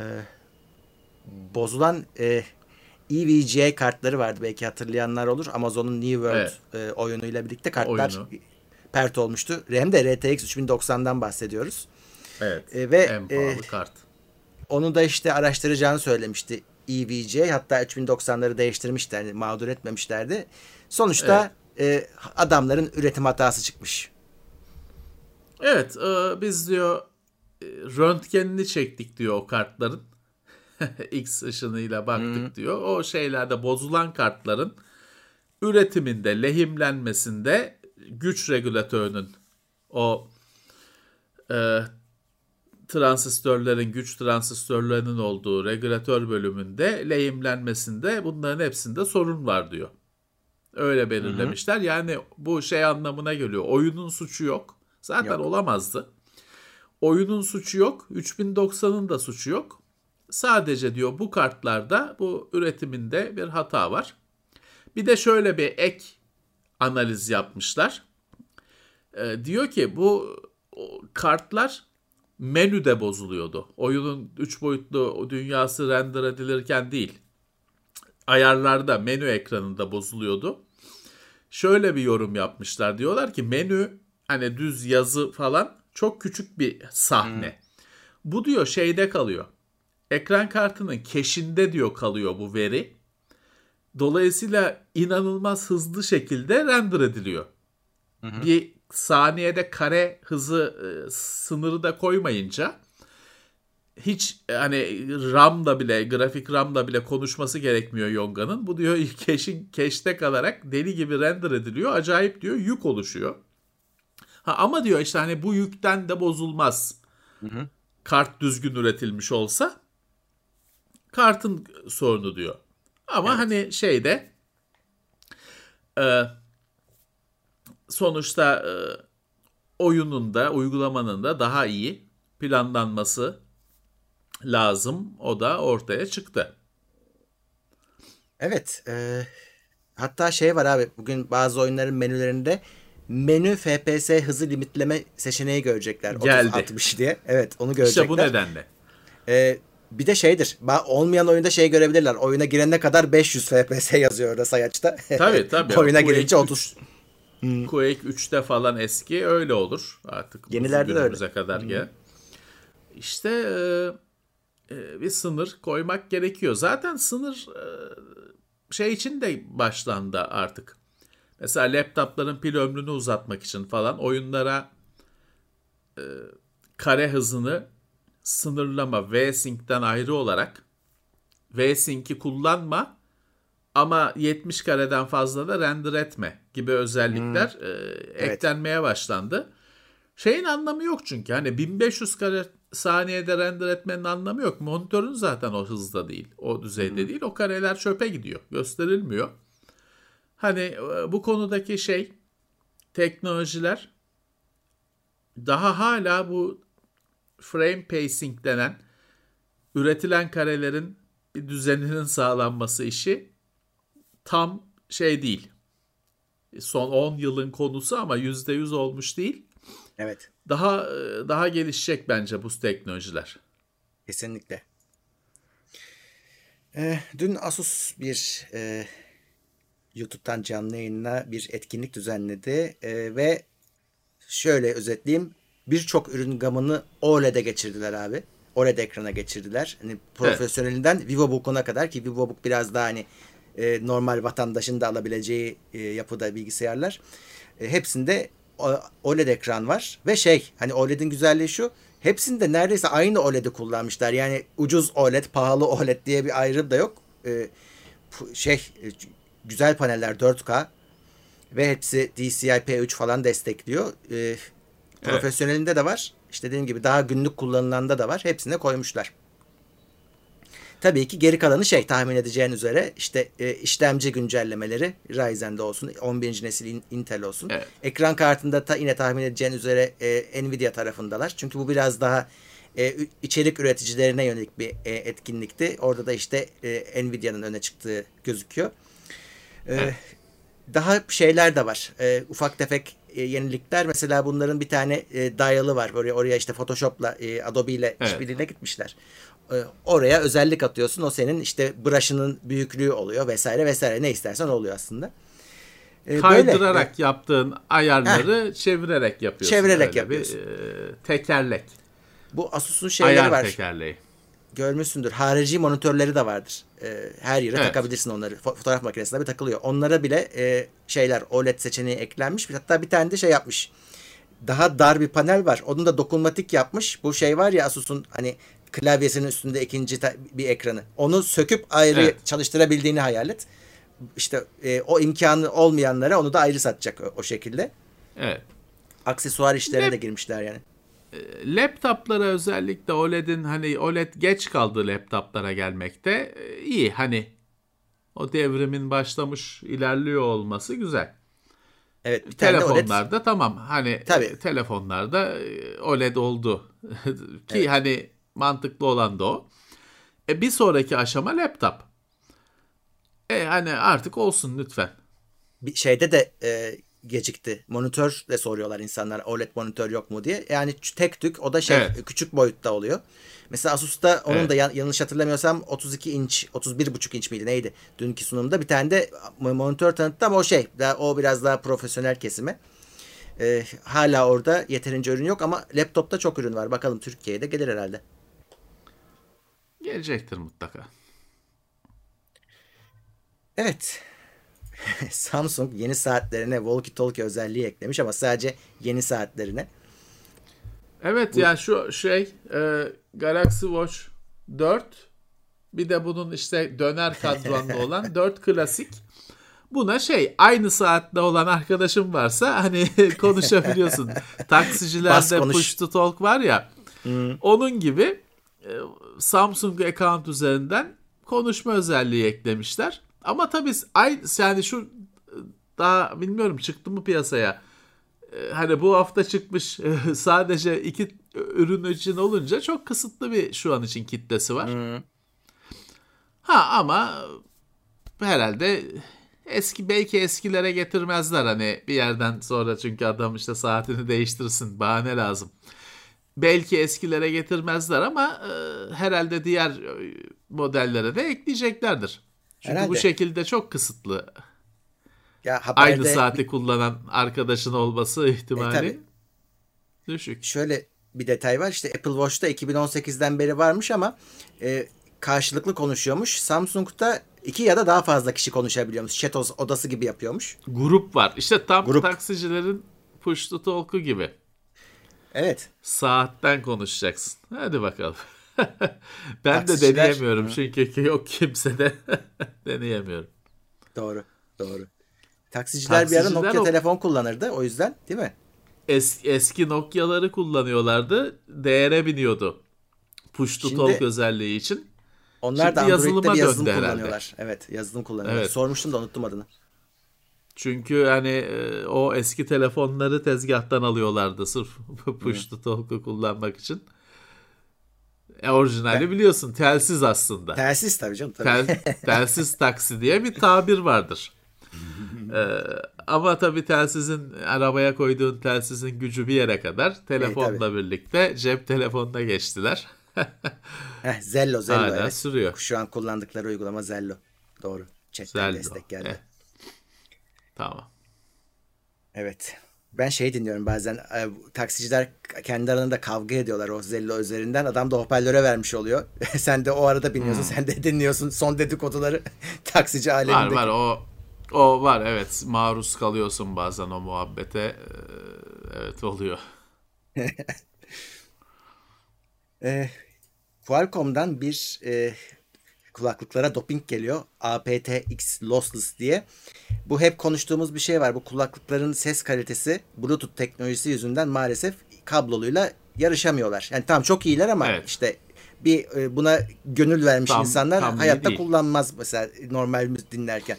bozulan e, E V G A kartları vardı, belki hatırlayanlar olur. Amazon'un New World evet. e, oyunuyla birlikte kartlar Oyunu. pert olmuştu. Hem de R T X üç bin doksandan bahsediyoruz. Evet. E, ve en pahalı e, kart. Onu da işte araştıracağını söylemişti E V G A. Hatta üç bin doksanları değiştirmişler. Yani mağdur etmemişlerdi. Sonuçta evet. e, adamların üretim hatası çıkmış. Evet. E, biz diyor röntgenini çektik diyor o kartların. X ışınıyla baktık hmm. diyor. O şeylerde bozulan kartların üretiminde, lehimlenmesinde güç regülatörünün o e, transistörlerin, güç transistörlerinin olduğu regülatör bölümünde lehimlenmesinde bunların hepsinde sorun var diyor. Öyle belirlemişler. Hı hı. Yani bu şey anlamına geliyor. Oyunun suçu yok. Zaten yok. Olamazdı. Oyunun suçu yok. üç bin doksanın da suçu yok. Sadece diyor bu kartlarda bu üretiminde bir hata var. Bir de şöyle bir ek analiz yapmışlar. Ee, diyor ki bu kartlar menüde bozuluyordu. Oyunun üç boyutlu dünyası render edilirken değil. Ayarlarda, menü ekranında bozuluyordu. Şöyle bir yorum yapmışlar. Diyorlar ki menü, hani düz yazı falan çok küçük bir sahne. Hmm. Bu diyor şeyde kalıyor. Ekran kartının cache'inde diyor kalıyor bu veri. Dolayısıyla inanılmaz hızlı şekilde render ediliyor. Hı hı. Bir saniyede kare hızı e, sınırı da koymayınca hiç hani RAM'da bile, grafik RAM'da bile konuşması gerekmiyor Yonga'nın. Bu diyor cache'in cache'te kalarak deli gibi render ediliyor. Acayip diyor yük oluşuyor. Ha, ama diyor işte hani bu yükten de bozulmaz. Hı hı. Kart düzgün üretilmiş olsa kartın sorunu diyor. Ama evet. hani şeyde e, sonuçta e, oyunun da uygulamanın da daha iyi planlanması lazım. O da ortaya çıktı. Evet. E, hatta şey var abi, bugün bazı oyunların menülerinde menü F P S hızı limitleme seçeneği görecekler. Geldi. otuz altmış diye. Evet, onu görecekler. İşte bu nedenle. E, bir de şeydir. Olmayan oyunda şey görebilirler. Oyuna girene kadar beş yüz F P S yazıyor orada sayaçta. Tabii tabii. Oyuna girince otuz. Hmm. Quake üçte falan eski öyle olur artık. Yenilerde de öyle. Kadar hmm. gel. İşte e, e, bir sınır koymak gerekiyor. Zaten sınır e, şey için de başlandı artık. Mesela laptopların pil ömrünü uzatmak için falan oyunlara e, kare hızını sınırlama V-Sync'ten ayrı olarak V-Sync'i kullanma ama yetmiş kareden fazla da render etme gibi özellikler hmm. e, evet. eklenmeye başlandı. Şeyin anlamı yok çünkü hani bin beş yüz kare saniyede render etmenin anlamı yok. Monitörün zaten o hızda değil, o düzeyde hmm. değil. O kareler çöpe gidiyor, gösterilmiyor. Hani bu konudaki şey teknolojiler daha hala bu frame pacing denen üretilen karelerin bir düzeninin sağlanması işi tam şey değil. Son on yılın konusu ama yüzde yüz olmuş değil. Evet. Daha daha gelişecek bence bu teknolojiler. Kesinlikle. Ee, dün Asus bir e, YouTube'dan canlı yayınla bir etkinlik düzenledi e, ve şöyle özetleyeyim, birçok ürün gamını O L E D'e geçirdiler abi. O L E D ekrana geçirdiler. Hani profesyonelinden evet. VivoBook'una kadar, ki VivoBook biraz daha hani e, normal vatandaşın da alabileceği e, yapıda bilgisayarlar. E, hepsinde O L E D ekran var ve şey, hani O L E D'in güzelliği şu, hepsinde neredeyse aynı O L E D'i kullanmışlar. Yani ucuz O L E D, pahalı O L E D diye bir ayrım da yok. E, şey güzel paneller, dört K ve hepsi D C I P üç falan destekliyor. E, profesyonelinde evet. de var. İşte dediğim gibi daha günlük kullanılanda da var. Hepsine koymuşlar. Tabii ki geri kalanı şey, tahmin edeceğin üzere işte e, işlemci güncellemeleri Ryzen'de olsun, on birinci nesil Intel olsun. Evet. Ekran kartında ta, yine tahmin edeceğin üzere e, Nvidia tarafındalar. Çünkü bu biraz daha e, içerik üreticilerine yönelik bir e, etkinlikti. Orada da işte e, Nvidia'nın öne çıktığı gözüküyor. E, evet. Daha şeyler de var. E, ufak tefek e, yenilikler. Mesela bunların bir tane e, dial'ı var. Oraya, oraya işte Photoshop'la, e, Adobe ile evet. işbirliğine gitmişler. Oraya özellik atıyorsun. O senin işte brush'ının büyüklüğü oluyor vesaire vesaire. Ne istersen oluyor aslında. Ee, Kaydırarak böyle. Yaptığın ayarları Heh. çevirerek yapıyorsun. Çevirerek Öyle yapıyorsun. Bir, e, tekerlek. Bu Asus'un şeyleri Ayar var. tekerleği. Görmüşsündür. Harici monitörleri de vardır. Ee, her yere evet. takabilirsin onları. Fotoğraf makinesine bir takılıyor. Onlara bile e, şeyler, O L E D seçeneği eklenmiş. Hatta bir tane de şey yapmış. Daha dar bir panel var. Onu da dokunmatik yapmış. Bu şey var ya, Asus'un hani klavyesinin üstünde ikinci ta- bir ekranı. Onu söküp ayrı evet. çalıştırabildiğini hayal et. İşte e, o imkanı olmayanlara onu da ayrı satacak o, o şekilde. Evet. Aksesuar işlerine Lap- de girmişler yani. Laptoplara özellikle O L E D'in hani O L E D geç kaldığı laptoplara gelmekte iyi. Hani o devrimin başlamış, ilerliyor olması güzel. Evet, bir telefonlarda O L E D... tamam hani Tabii. telefonlarda O L E D oldu ki evet. hani mantıklı olan da o. E bir sonraki aşama laptop. E hani artık olsun lütfen. Bir şeyde de e, gecikti. Monitör de soruyorlar insanlar, O L E D monitör yok mu diye. Yani tek tük, o da şey evet. küçük boyutta oluyor. Mesela Asus'ta onun evet. da yan, yanlış hatırlamıyorsam otuz iki inç, otuz bir buçuk inç miydi neydi? Dünkü sunumda bir tane de monitör tanıttı ama o şey, daha, o biraz daha profesyonel kesimi. Ee, hala orada yeterince ürün yok ama laptopta çok ürün var. Bakalım Türkiye'ye de gelir herhalde. Gelecektir mutlaka. Evet. Samsung yeni saatlerine walkie talkie özelliği eklemiş ama sadece yeni saatlerine. Evet Bu... yani şu şey e, Galaxy Watch dört, bir de bunun işte döner kadranlı olan dört klasik. Buna şey, aynı saatte olan arkadaşım varsa hani konuşabiliyorsun. Taksicilerde push to talk var ya. Hmm. Onun gibi e, Samsung account üzerinden konuşma özelliği eklemişler. Ama tabii aynı yani şu daha bilmiyorum çıktı mı piyasaya. E, hani bu hafta çıkmış e, sadece iki ürün için olunca çok kısıtlı bir şu an için kitlesi var. Hmm. Ha ama herhalde eski belki eskilere getirmezler hani bir yerden sonra, çünkü adam işte saatini değiştirsin, bahane lazım. Belki eskilere getirmezler ama e, herhalde diğer modellere de ekleyeceklerdir. Çünkü herhalde bu şekilde çok kısıtlı. Ya haberde, aynı saati kullanan arkadaşın olması ihtimali e, düşük. Şöyle bir detay var, işte Apple Watch'ta iki bin on sekizden beri varmış ama e, karşılıklı konuşuyormuş. Samsung'da iki ya da daha fazla kişi konuşabiliyormuş. Chat odası gibi yapıyormuş. Grup var. İşte tam Grup. Taksicilerin push to talk'u gibi. Evet. Saatten konuşacaksın. Hadi bakalım. Ben Taksiciler- de deneyemiyorum çünkü yok kimse de deneyemiyorum. Doğru. Doğru. Taksiciler, bir ara Taksiciler Nokia o- telefon kullanırdı. O yüzden değil mi? Es, eski Nokia'ları kullanıyorlardı. Değere biniyordu. Push to Şimdi- talk özelliği için. Onlar Şimdi da Android'de yazılıma bir yazılım döndü herhalde. kullanıyorlar. Evet, yazılım kullanıyorlar. Evet. Sormuştum da unuttum adını. Çünkü hani e, o eski telefonları tezgahtan alıyorlardı sırf push to talk'u kullanmak için. E, orijinali biliyorsun telsiz aslında. Telsiz tabii canım. Tabii. Tel, telsiz taksi diye bir tabir vardır. Ee, ama tabii telsizin arabaya koyduğun telsizin gücü bir yere kadar telefonla E, birlikte cep telefonuna geçtiler. Heh, Zello, Zello. Hala evet. sürüyor. Şu an kullandıkları uygulama Zello. Doğru. Chatten Zello. destek geldi. Eh. Tamam. Evet. Ben şey dinliyorum bazen, e, taksiciler kendi aralarında kavga ediyorlar o Zello üzerinden. Adam da hoparlöre vermiş oluyor. Sen de o arada biniyorsun, Hmm. sen de dinliyorsun son dedikoduları taksici Var alemindeki. var o o var evet maruz kalıyorsun bazen o muhabbete. Ee, evet oluyor. E, Qualcomm'dan bir e, kulaklıklara doping geliyor. A P T X Lossless diye. Bu hep konuştuğumuz bir şey var. Bu kulaklıkların ses kalitesi Bluetooth teknolojisi yüzünden maalesef kabloluyla yarışamıyorlar. Yani tamam çok iyiler ama Evet. işte bir e, buna gönül vermiş Tam- insanlar tam iyi hayatta değil. kullanmaz mesela normal müzik dinlerken.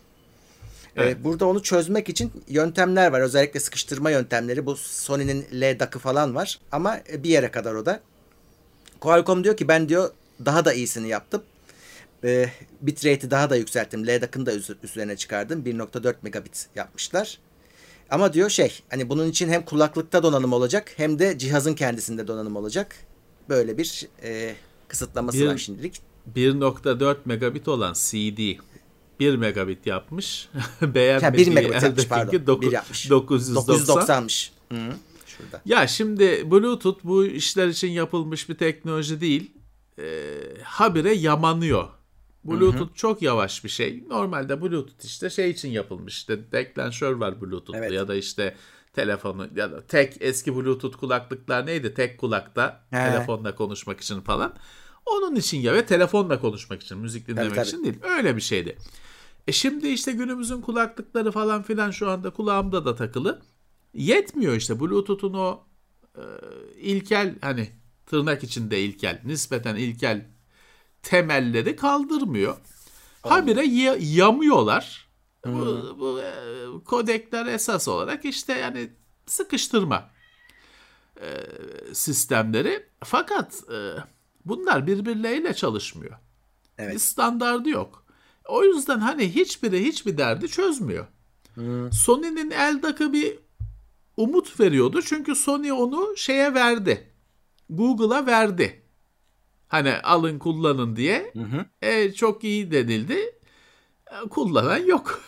Evet. Ee, Burada onu çözmek için yöntemler var. Özellikle sıkıştırma yöntemleri. Bu Sony'nin L D A C'ı falan var. Ama bir yere kadar o da. Qualcomm diyor ki ben diyor daha da iyisini yaptım. Ee, bitrate'i daha da yükselttim. L D A C'ın da üz- üzerine çıkardım. bir nokta dört megabit yapmışlar. Ama diyor şey hani bunun için hem kulaklıkta donanım olacak hem de cihazın kendisinde donanım olacak. Böyle bir e, kısıtlaması Bir- var şimdilik. bir nokta dört megabit olan C D bir megabit yapmış. Ha, Beğenmediği bir megabit yapmış eldeki pardon. doku- Bir yapmış. dokuz yüz doksan. dokuz yüz doksanmış. Hı, şurada. Ya şimdi Bluetooth bu işler için yapılmış bir teknoloji değil. Ee, habire yamanıyor. Bluetooth çok yavaş bir şey. Normalde Bluetooth işte şey için yapılmış. İşte deklanşör var Bluetooth'ta Evet. ya da işte telefonu ya da tek eski Bluetooth kulaklıklar neydi? Tek kulakta He. telefonla konuşmak için falan. Onun için ya ve telefonla konuşmak için, müzik dinlemek tabii. için değil. Öyle bir şeydi. E şimdi işte günümüzün kulaklıkları falan filan şu anda kulağımda da takılı. Yetmiyor işte Bluetooth'un o e, ilkel hani tırnak içinde ilkel, nispeten ilkel temelleri kaldırmıyor. Habire ya- yamıyorlar. Bu, bu e, kodekler esas olarak işte yani sıkıştırma e, sistemleri. Fakat e, bunlar birbirleriyle çalışmıyor. Evet. Bir standardı yok. O yüzden hani hiçbiri hiçbir derdi çözmüyor. Sony'nin L D A C'ı bir umut veriyordu. Çünkü Sony onu şeye verdi. Google'a verdi. Hani alın kullanın diye. E, çok iyi denildi. E, kullanan yok.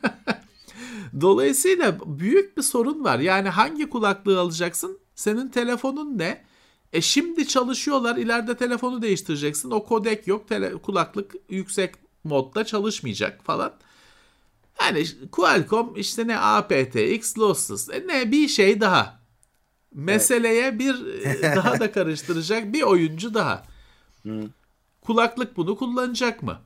Dolayısıyla büyük bir sorun var. Yani hangi kulaklığı alacaksın? Senin telefonun ne? E şimdi çalışıyorlar. İleride telefonu değiştireceksin. O kodek yok. Tele- kulaklık yüksek modda çalışmayacak falan. Yani Qualcomm işte ne A P T X Lossless e ne bir şey daha. Meseleye bir e, daha da karıştıracak bir oyuncu daha. Kulaklık bunu kullanacak mı?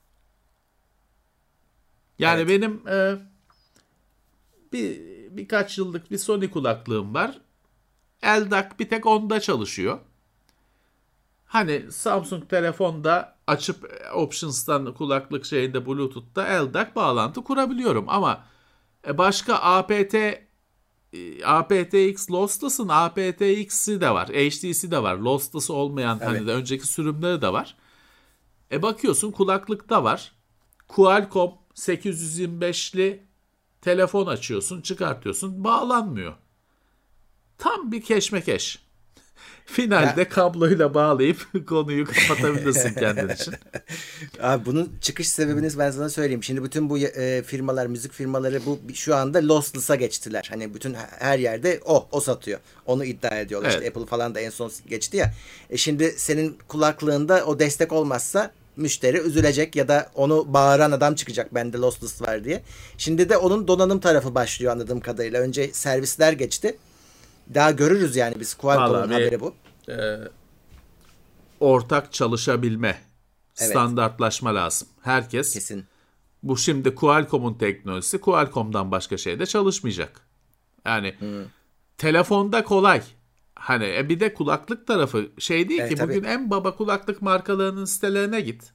Yani Evet. benim e, bir birkaç yıllık bir Sony kulaklığım var. L D A C bir tek onda çalışıyor. Hani Samsung telefonda açıp Options'tan kulaklık şeyinde Bluetooth'ta L D A C bağlantı kurabiliyorum ama başka A P T A P T X Lossless'ın A P T X'i de var. H D'si de var. Lossless olmayan hani de önceki sürümleri de var. E bakıyorsun kulaklıkta var. Qualcomm sekiz yüz yirmi beşli telefon açıyorsun, çıkartıyorsun, bağlanmıyor. Tam bir keşmekeş. Finalde Ya- kabloyla bağlayıp konuyu kapatabilirsin kendin için. Abi bunun çıkış sebebiniz ben sana söyleyeyim. Şimdi bütün bu e, firmalar, müzik firmaları bu şu anda lossless'a geçtiler. Hani bütün her yerde o, o satıyor. Onu iddia ediyorlar. Evet. İşte Apple falan da en son geçti ya. E şimdi senin kulaklığında o destek olmazsa müşteri üzülecek ya da onu bağıran adam çıkacak bende lossless var diye. Şimdi de onun donanım tarafı başlıyor anladığım kadarıyla. Önce servisler geçti. daha görürüz yani biz. Qualcomm'un haberi bu. E, ortak çalışabilme, evet. standartlaşma lazım. Herkes. Kesin. Bu şimdi Qualcomm'un teknolojisi. Qualcomm'dan başka şeyde çalışmayacak. Yani hmm. telefonda kolay. Hani e bir de kulaklık tarafı şey değil evet, ki. Tabii. Bugün en baba kulaklık markalarının sitelerine git.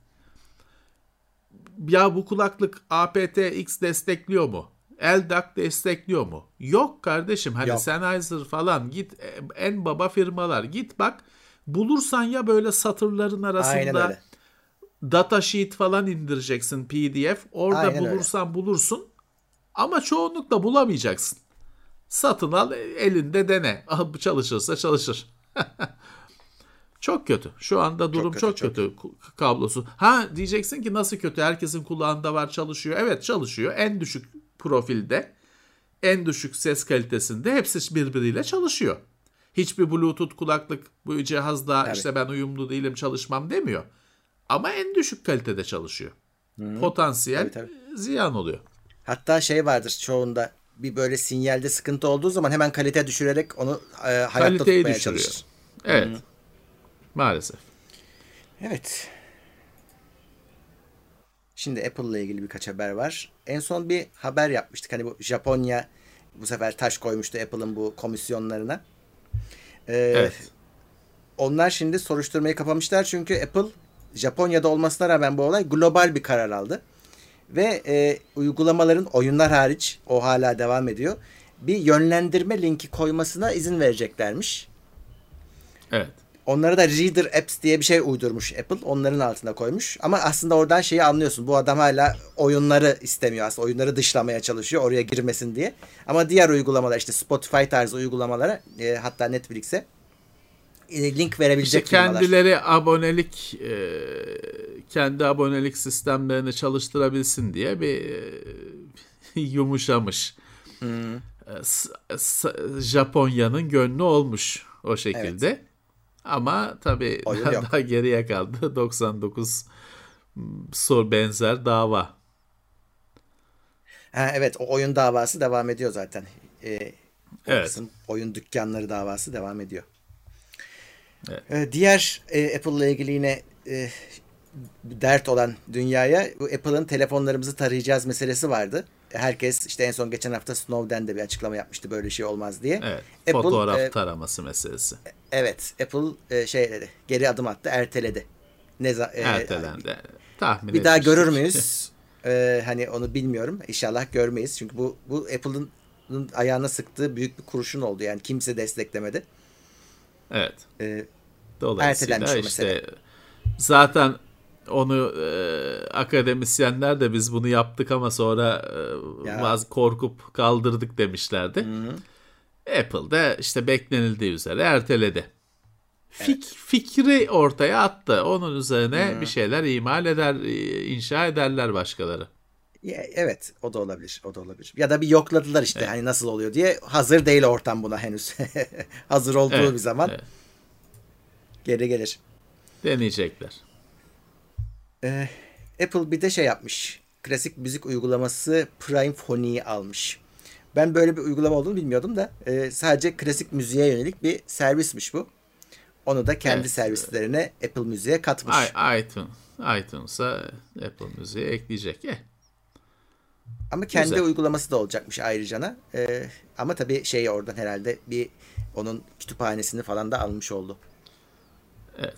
Ya bu kulaklık A P T X destekliyor mu? L D A C destekliyor mu? Yok kardeşim. Hani Yok. Sennheiser falan git en baba firmalar git bak. Bulursan ya böyle satırların arasında datasheet falan indireceksin P D F. Orada Aynen bulursan öyle. bulursun. Ama çoğunlukla bulamayacaksın. Satın al elinde dene. Çalışırsa çalışır. Çok kötü. Şu anda durum çok kötü, çok kötü kablosu. Ha diyeceksin ki nasıl kötü? Herkesin kulağında var çalışıyor. Evet çalışıyor. En düşük profilde, en düşük ses kalitesinde hepsi birbiriyle çalışıyor. Hiçbir Bluetooth kulaklık bu cihazda evet. işte ben uyumlu değilim çalışmam demiyor. Ama en düşük kalitede çalışıyor. Hı-hı. Potansiyel tabii, tabii. ziyan oluyor. Hatta şey vardır çoğunda bir böyle sinyalde sıkıntı olduğu zaman hemen kalite düşürerek onu e, hayatta Kaliteyi tutmaya düşürüyor. çalışır. Evet. Hı-hı. Maalesef. Evet. Şimdi Apple ile ilgili birkaç haber var. En son bir haber yapmıştık. Hani bu Japonya bu sefer taş koymuştu Apple'ın bu komisyonlarına. Ee, evet. Onlar şimdi soruşturmayı kapamışlar. Çünkü Apple Japonya'da olmasına rağmen bu olay global bir karar aldı. Ve e, uygulamaların oyunlar hariç o hala devam ediyor. Bir yönlendirme linki koymasına izin vereceklermiş. Evet. Onlara da Reader Apps diye bir şey uydurmuş Apple. Onların altına koymuş. Ama aslında oradan şeyi anlıyorsun. Bu adam hala oyunları istemiyor aslında. Oyunları dışlamaya çalışıyor oraya girmesin diye. Ama diğer uygulamalar işte Spotify tarzı uygulamalara e, hatta Netflix'e e, link verebilecek işte kendileri firmalar. abonelik e, kendi abonelik sistemlerini çalıştırabilsin diye bir e, yumuşamış. Hmm. S- S- Japonya'nın gönlü olmuş o şekilde. Evet. Ama tabii daha geriye kaldı. doksan dokuz sor benzer dava. Ha, evet o oyun davası devam ediyor zaten. Ee, evet. Oyun dükkanları davası devam ediyor. Evet. Ee, diğer e, Apple ile ilgili yine e, dert olan dünyaya bu Apple'ın telefonlarımızı tarayacağız meselesi vardı. Herkes işte en son geçen hafta Snowden de bir açıklama yapmıştı böyle şey olmaz diye. Evet. Apple, fotoğraf e, taraması meselesi. Evet. Apple e, şey dedi. Geri adım attı. Erteledi. Ne za- e, Ertelendi. Tahmin bir daha görür müyüz? e, hani onu bilmiyorum. İnşallah görmeyiz. Çünkü bu bu Apple'ın ayağına sıktığı büyük bir kurşun oldu. Yani kimse desteklemedi. Evet. E, Dolayısıyla işte zaten onu e, akademisyenler de biz bunu yaptık ama sonra e, bazı korkup kaldırdık demişlerdi. Hı-hı. Apple de işte beklenildiği üzere erteledi. Fik, evet. Fikri ortaya attı. Onun üzerine Hı-hı. bir şeyler imal eder, inşa ederler başkaları. Evet, o da olabilir. O da olabilir. Ya da bir yokladılar işte evet. hani nasıl oluyor diye. Hazır değil ortam buna henüz. Hazır olduğu evet. bir zaman evet. geri gelir. Deneyecekler. Ee, Apple bir de şey yapmış. Klasik müzik uygulaması Prime Phony'yi almış. Ben böyle bir uygulama olduğunu bilmiyordum da e, sadece klasik müziğe yönelik bir servismiş bu. Onu da kendi evet. servislerine Apple Müziğe katmış. I, iTunes, iTunes'a Apple Müziğe ekleyecek. Eh. Ama kendi Güzel. uygulaması da olacakmış ayrıcana. Ee, ama tabii şey oradan herhalde bir onun kütüphanesini falan da almış oldu. Evet.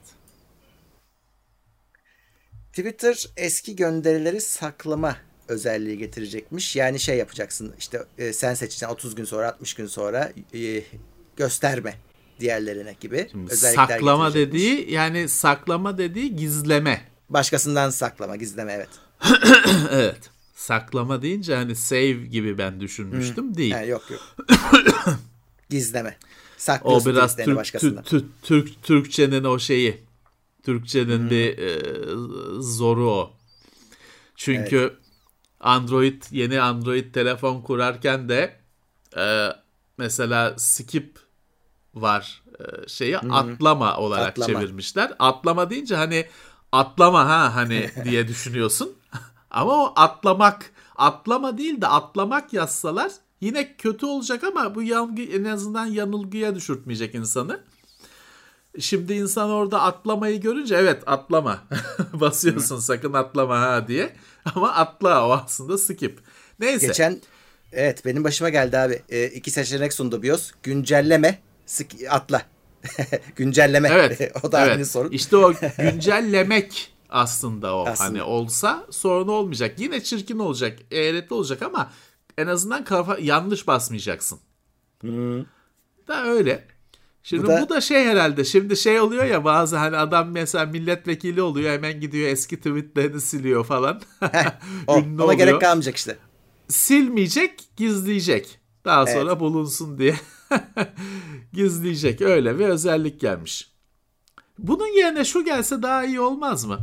Twitter eski gönderileri saklama özelliği getirecekmiş. Yani şey yapacaksın işte e, sen seçeceksin otuz gün sonra altmış gün sonra e, gösterme diğerlerine gibi. Şimdi saklama dediği yani saklama dediği gizleme. Başkasından saklama, gizleme evet. Evet. Saklama deyince hani save gibi ben düşünmüştüm hmm. değil. Ha, yok yok. Gizleme. Saklıyorsun o biraz Türk, başkasından. Türk, Türk, Türkçenin o şeyi. Türkçenin hmm. bir e, zoru o. Çünkü evet. Android yeni Android telefon kurarken de e, mesela skip var e, şeyi hmm. atlama olarak atlama. çevirmişler. Atlama deyince hani atlama ha hani diye düşünüyorsun. Ama o atlamak, atlama değil de atlamak yazsalar Yine kötü olacak ama bu yanılgı, en azından yanılgıya düşürtmeyecek insanı. Şimdi insan orada atlamayı görünce evet atlama basıyorsun, sakın atlama ha diye, ama atla, o aslında skip. Neyse. Geçen evet benim başıma geldi abi. E, iki seçenek sundu BIOS. Güncelleme, sk- atla. Güncelleme. Evet. O da evet. aynı sorun. İşte o güncellemek aslında o. Aslında. Hani olsa sorun olmayacak. Yine çirkin olacak, eğreti olacak ama en azından kafa yanlış basmayacaksın. Hmm. Da öyle. Şimdi bu Bu da, da- şey herhalde. Şimdi şey oluyor ya, bazı hani adam mesela milletvekili oluyor, hemen gidiyor eski tweetlerini siliyor falan. O, Ünlü ona oluyor. gerek kalmayacak işte. Silmeyecek, gizleyecek. Daha Evet. sonra bulunsun diye. Gizleyecek. Öyle bir özellik gelmiş. Bunun yerine şu gelse daha iyi olmaz mı?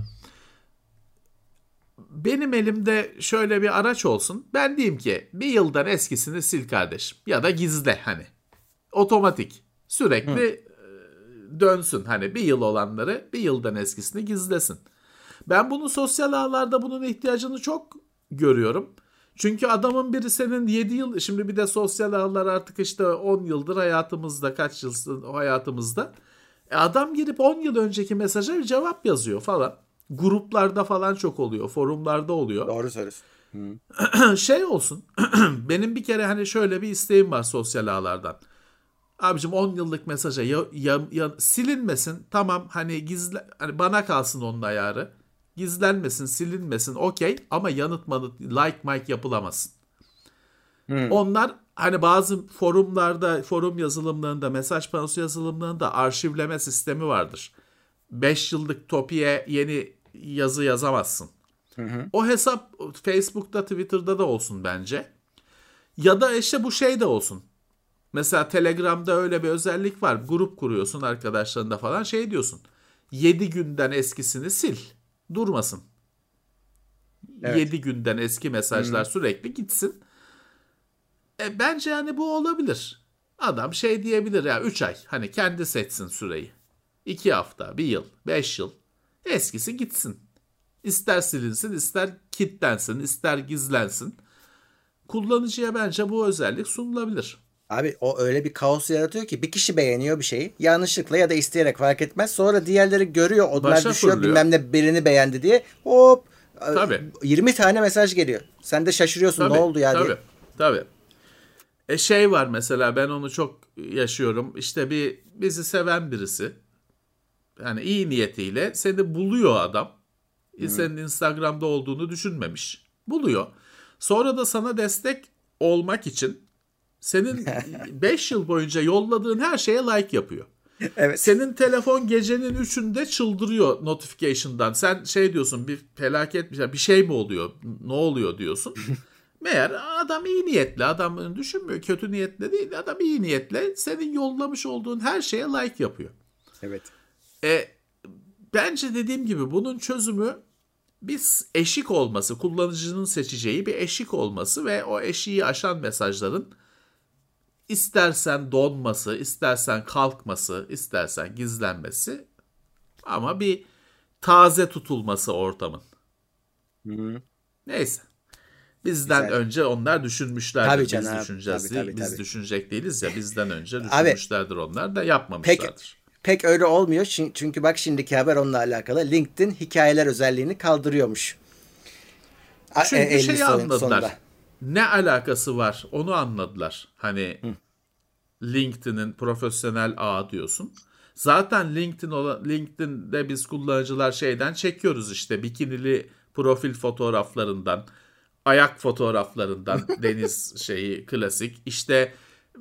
Benim elimde şöyle bir araç olsun. Ben diyeyim ki bir yıldan eskisini sil kardeşim. Ya da gizle hani. Otomatik. Sürekli e, dönsün. Hani bir yıl olanları bir yıldan eskisini gizlesin. Ben bunu sosyal ağlarda bunun ihtiyacını çok görüyorum. Çünkü adamın biri senin yedi yıl, şimdi bir de sosyal ağlar artık işte on yıldır hayatımızda, kaç yıldır hayatımızda. E adam girip on yıl önceki mesaja bir cevap yazıyor falan. Gruplarda falan çok oluyor, forumlarda oluyor. Doğru söylüyorsun. Şey olsun, benim bir kere hani şöyle bir isteğim var sosyal ağlardan. Abicim on yıllık mesaja ya, ya, ya, silinmesin, tamam hani gizle, hani bana kalsın onun ayarı. Gizlenmesin, silinmesin, okey, ama yanıt manıt, like mike yapılamasın. Hmm. Onlar hani bazı forumlarda, forum yazılımlarında, mesaj panosu yazılımlarında arşivleme sistemi vardır. beş yıllık topiye yeni yazı yazamazsın. Hı hı. O hesap Facebook'ta, Twitter'da da olsun bence. Ya da işte bu şey de olsun. Mesela Telegram'da öyle bir özellik var. Grup kuruyorsun arkadaşlarında falan, şey diyorsun. yedi günden eskisini sil. Durmasın. Evet. yedi günden eski mesajlar hmm. sürekli gitsin. E, bence hani bu olabilir. Adam şey diyebilir ya, üç ay. Hani kendi seçsin süreyi. iki hafta, bir yıl, beş yıl. Eskisi gitsin. İster silinsin, ister kilitlensin, ister gizlensin. Kullanıcıya bence bu özellik sunulabilir. Abi o öyle bir kaos yaratıyor ki bir kişi beğeniyor bir şeyi. Yanlışlıkla ya da isteyerek fark etmez. Sonra diğerleri görüyor. Onlar Başa düşüyor fırlıyor. Bilmem ne birini beğendi diye. Hop. Tabii. yirmi tane mesaj geliyor. Sen de şaşırıyorsun, tabii, ne oldu ya tabii, diye. Tabii. E şey var mesela, ben onu çok yaşıyorum. İşte bir bizi seven birisi. Yani iyi niyetiyle seni buluyor adam. Hmm. Senin Instagram'da olduğunu düşünmemiş. Buluyor. Sonra da sana destek olmak için senin beş yıl boyunca yolladığın her şeye like yapıyor. Evet. Senin telefon gecenin üçünde çıldırıyor notification'dan. Sen şey diyorsun, bir felaket bir şey, bir şey mi oluyor? Ne oluyor diyorsun. Meğer adam iyi niyetli. Adam düşünmüyor. Kötü niyetle değil. Adam iyi niyetle senin yollamış olduğun her şeye like yapıyor. Evet. E, bence dediğim gibi bunun çözümü bir eşik olması. Kullanıcının seçeceği bir eşik olması ve o eşiği aşan mesajların İstersen donması, istersen kalkması, istersen gizlenmesi, ama bir taze tutulması ortamın. Hı-hı. Neyse. Bizden Güzel. önce onlar düşünmüşlerdir. Tabii Biz canım, düşüneceğiz tabii, değil. Tabii, Biz tabii. düşünecek değiliz ya. Bizden önce düşünmüşlerdir, onlar da yapmamışlardır. Pek, pek öyle olmuyor. Çünkü bak şimdiki haber onunla alakalı. LinkedIn hikayeler özelliğini kaldırıyormuş. Çünkü e, şeyi anladılar. Sonunda. Ne alakası var onu anladılar. Hani Hı. LinkedIn'in profesyonel ağı diyorsun. Zaten LinkedIn olan, LinkedIn'de biz kullanıcılar şeyden çekiyoruz işte, bikinili profil fotoğraflarından, ayak fotoğraflarından, deniz şeyi klasik, işte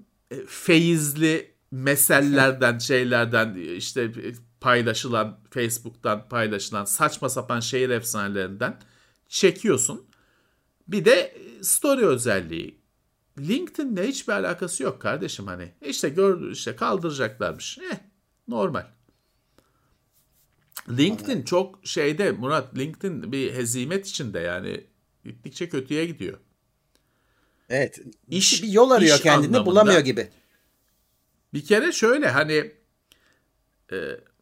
feyizli mesellerden, şeylerden, işte paylaşılan, Facebook'tan paylaşılan saçma sapan şehir efsanelerinden çekiyorsun. Bir de story özelliği. LinkedIn'le hiçbir alakası yok kardeşim, hani. İşte gördü, işte kaldıracaklarmış. Eh, normal. LinkedIn çok şeyde Murat, LinkedIn bir hezimet içinde, yani gittikçe kötüye gidiyor. Evet. İş, bir yol arıyor kendini, bulamıyor gibi. Bir kere şöyle hani e,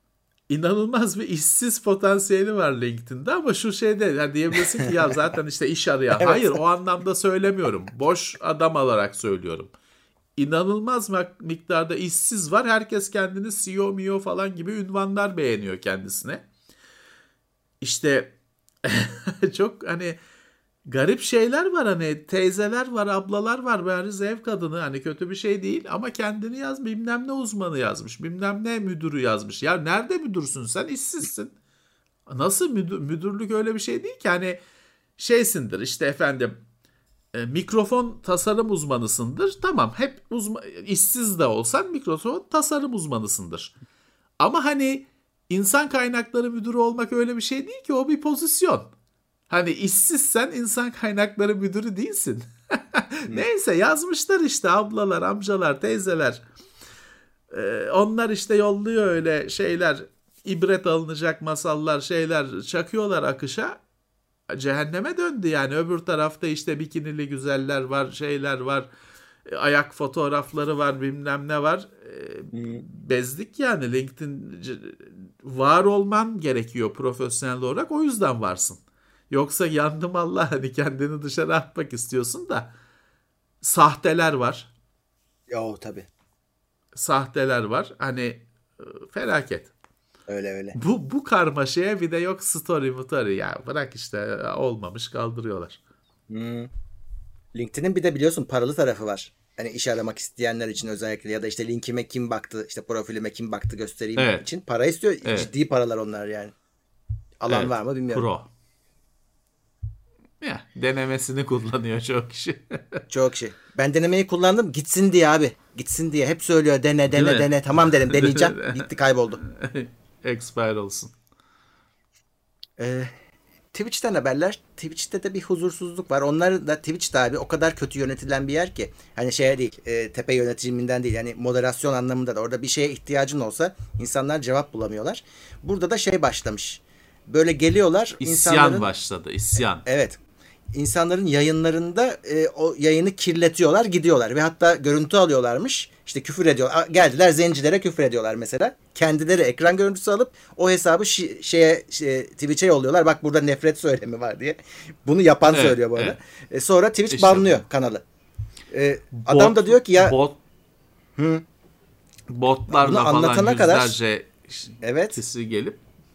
inanılmaz bir işsiz potansiyeli var LinkedIn'de ama şu şeyde yani diyebilirsin ki ya zaten işte iş arayan. Evet. Hayır, o anlamda söylemiyorum. Boş adam olarak söylüyorum. İnanılmaz miktarda işsiz var. Herkes kendini C E O, M E O falan gibi ünvanlar beğeniyor kendisine. İşte çok hani garip şeyler var, hani teyzeler var, ablalar var, bariz ev kadını, hani kötü bir şey değil ama kendini yaz, bilmem ne uzmanı yazmış, bilmem ne müdürü yazmış. Ya nerede müdürsün sen, işsizsin. Nasıl müdür, müdürlük öyle bir şey değil ki, hani şeysindir işte efendim e, mikrofon tasarım uzmanısındır, tamam, hep uzman, işsiz de olsan mikrofon tasarım uzmanısındır. Ama hani insan kaynakları müdürü olmak öyle bir şey değil ki, o bir pozisyon. Hani işsizsen insan kaynakları müdürü değilsin. Neyse yazmışlar işte ablalar, amcalar, teyzeler. Ee, onlar işte yolluyor öyle şeyler, ibret alınacak masallar, şeyler çakıyorlar akışa. Cehenneme döndü yani. Öbür tarafta işte bikinili güzeller var, şeyler var. Ayak fotoğrafları var, bilmem ne var. Ee, bezdik yani. LinkedIn var olman gerekiyor profesyonel olarak. O yüzden varsın. Yoksa yandım Allah, hani kendini dışarı atmak istiyorsun da sahteler var. Yo tabii. Sahteler var. Hani felaket. Öyle öyle. Bu bu karmaşaya bir de yok story motory ya. Bırak işte, olmamış kaldırıyorlar. Hmm. LinkedIn'in bir de biliyorsun paralı tarafı var. Hani iş aramak isteyenler için özellikle, ya da işte linkime kim baktı, işte profilime kim baktı göstereyim Evet. için para istiyor. Evet. Ciddi paralar onlar yani. Alan Evet, var mı bilmiyorum. Pro. Ya, denemesini kullanıyor çok kişi. Çok şey. Ben denemeyi kullandım, gitsin diye abi. Gitsin diye. Hep söylüyor dene dene dene. Tamam dedim, deneyeceğim. Gitti, kayboldu. Expire olsun. Ee, Twitch'ten haberler. Twitch'te de bir huzursuzluk var. Onlar da, Twitch de abi o kadar kötü yönetilen bir yer ki. Hani şeye değil, e, tepe yönetiminden değil. Yani moderasyon anlamında da. Orada bir şeye ihtiyacın olsa insanlar cevap bulamıyorlar. Burada da şey başlamış. Böyle geliyorlar. İsyan insanların, başladı. İsyan. evet. İnsanların yayınlarında e, o yayını kirletiyorlar, gidiyorlar ve hatta görüntü alıyorlarmış. İşte küfür ediyorlar. Geldiler zencilere küfür ediyorlar mesela. Kendileri ekran görüntüsü alıp o hesabı şi, şeye şey, Twitch'e yolluyorlar. Bak burada nefret söylemi var diye. Bunu yapan evet, söylüyor bu arada. Evet. E, sonra Twitch işte banlıyor bu. kanalı. E, Bot, adam da diyor ki ya bot, hı, botlarla falan yüzlerce evet, kişi gelip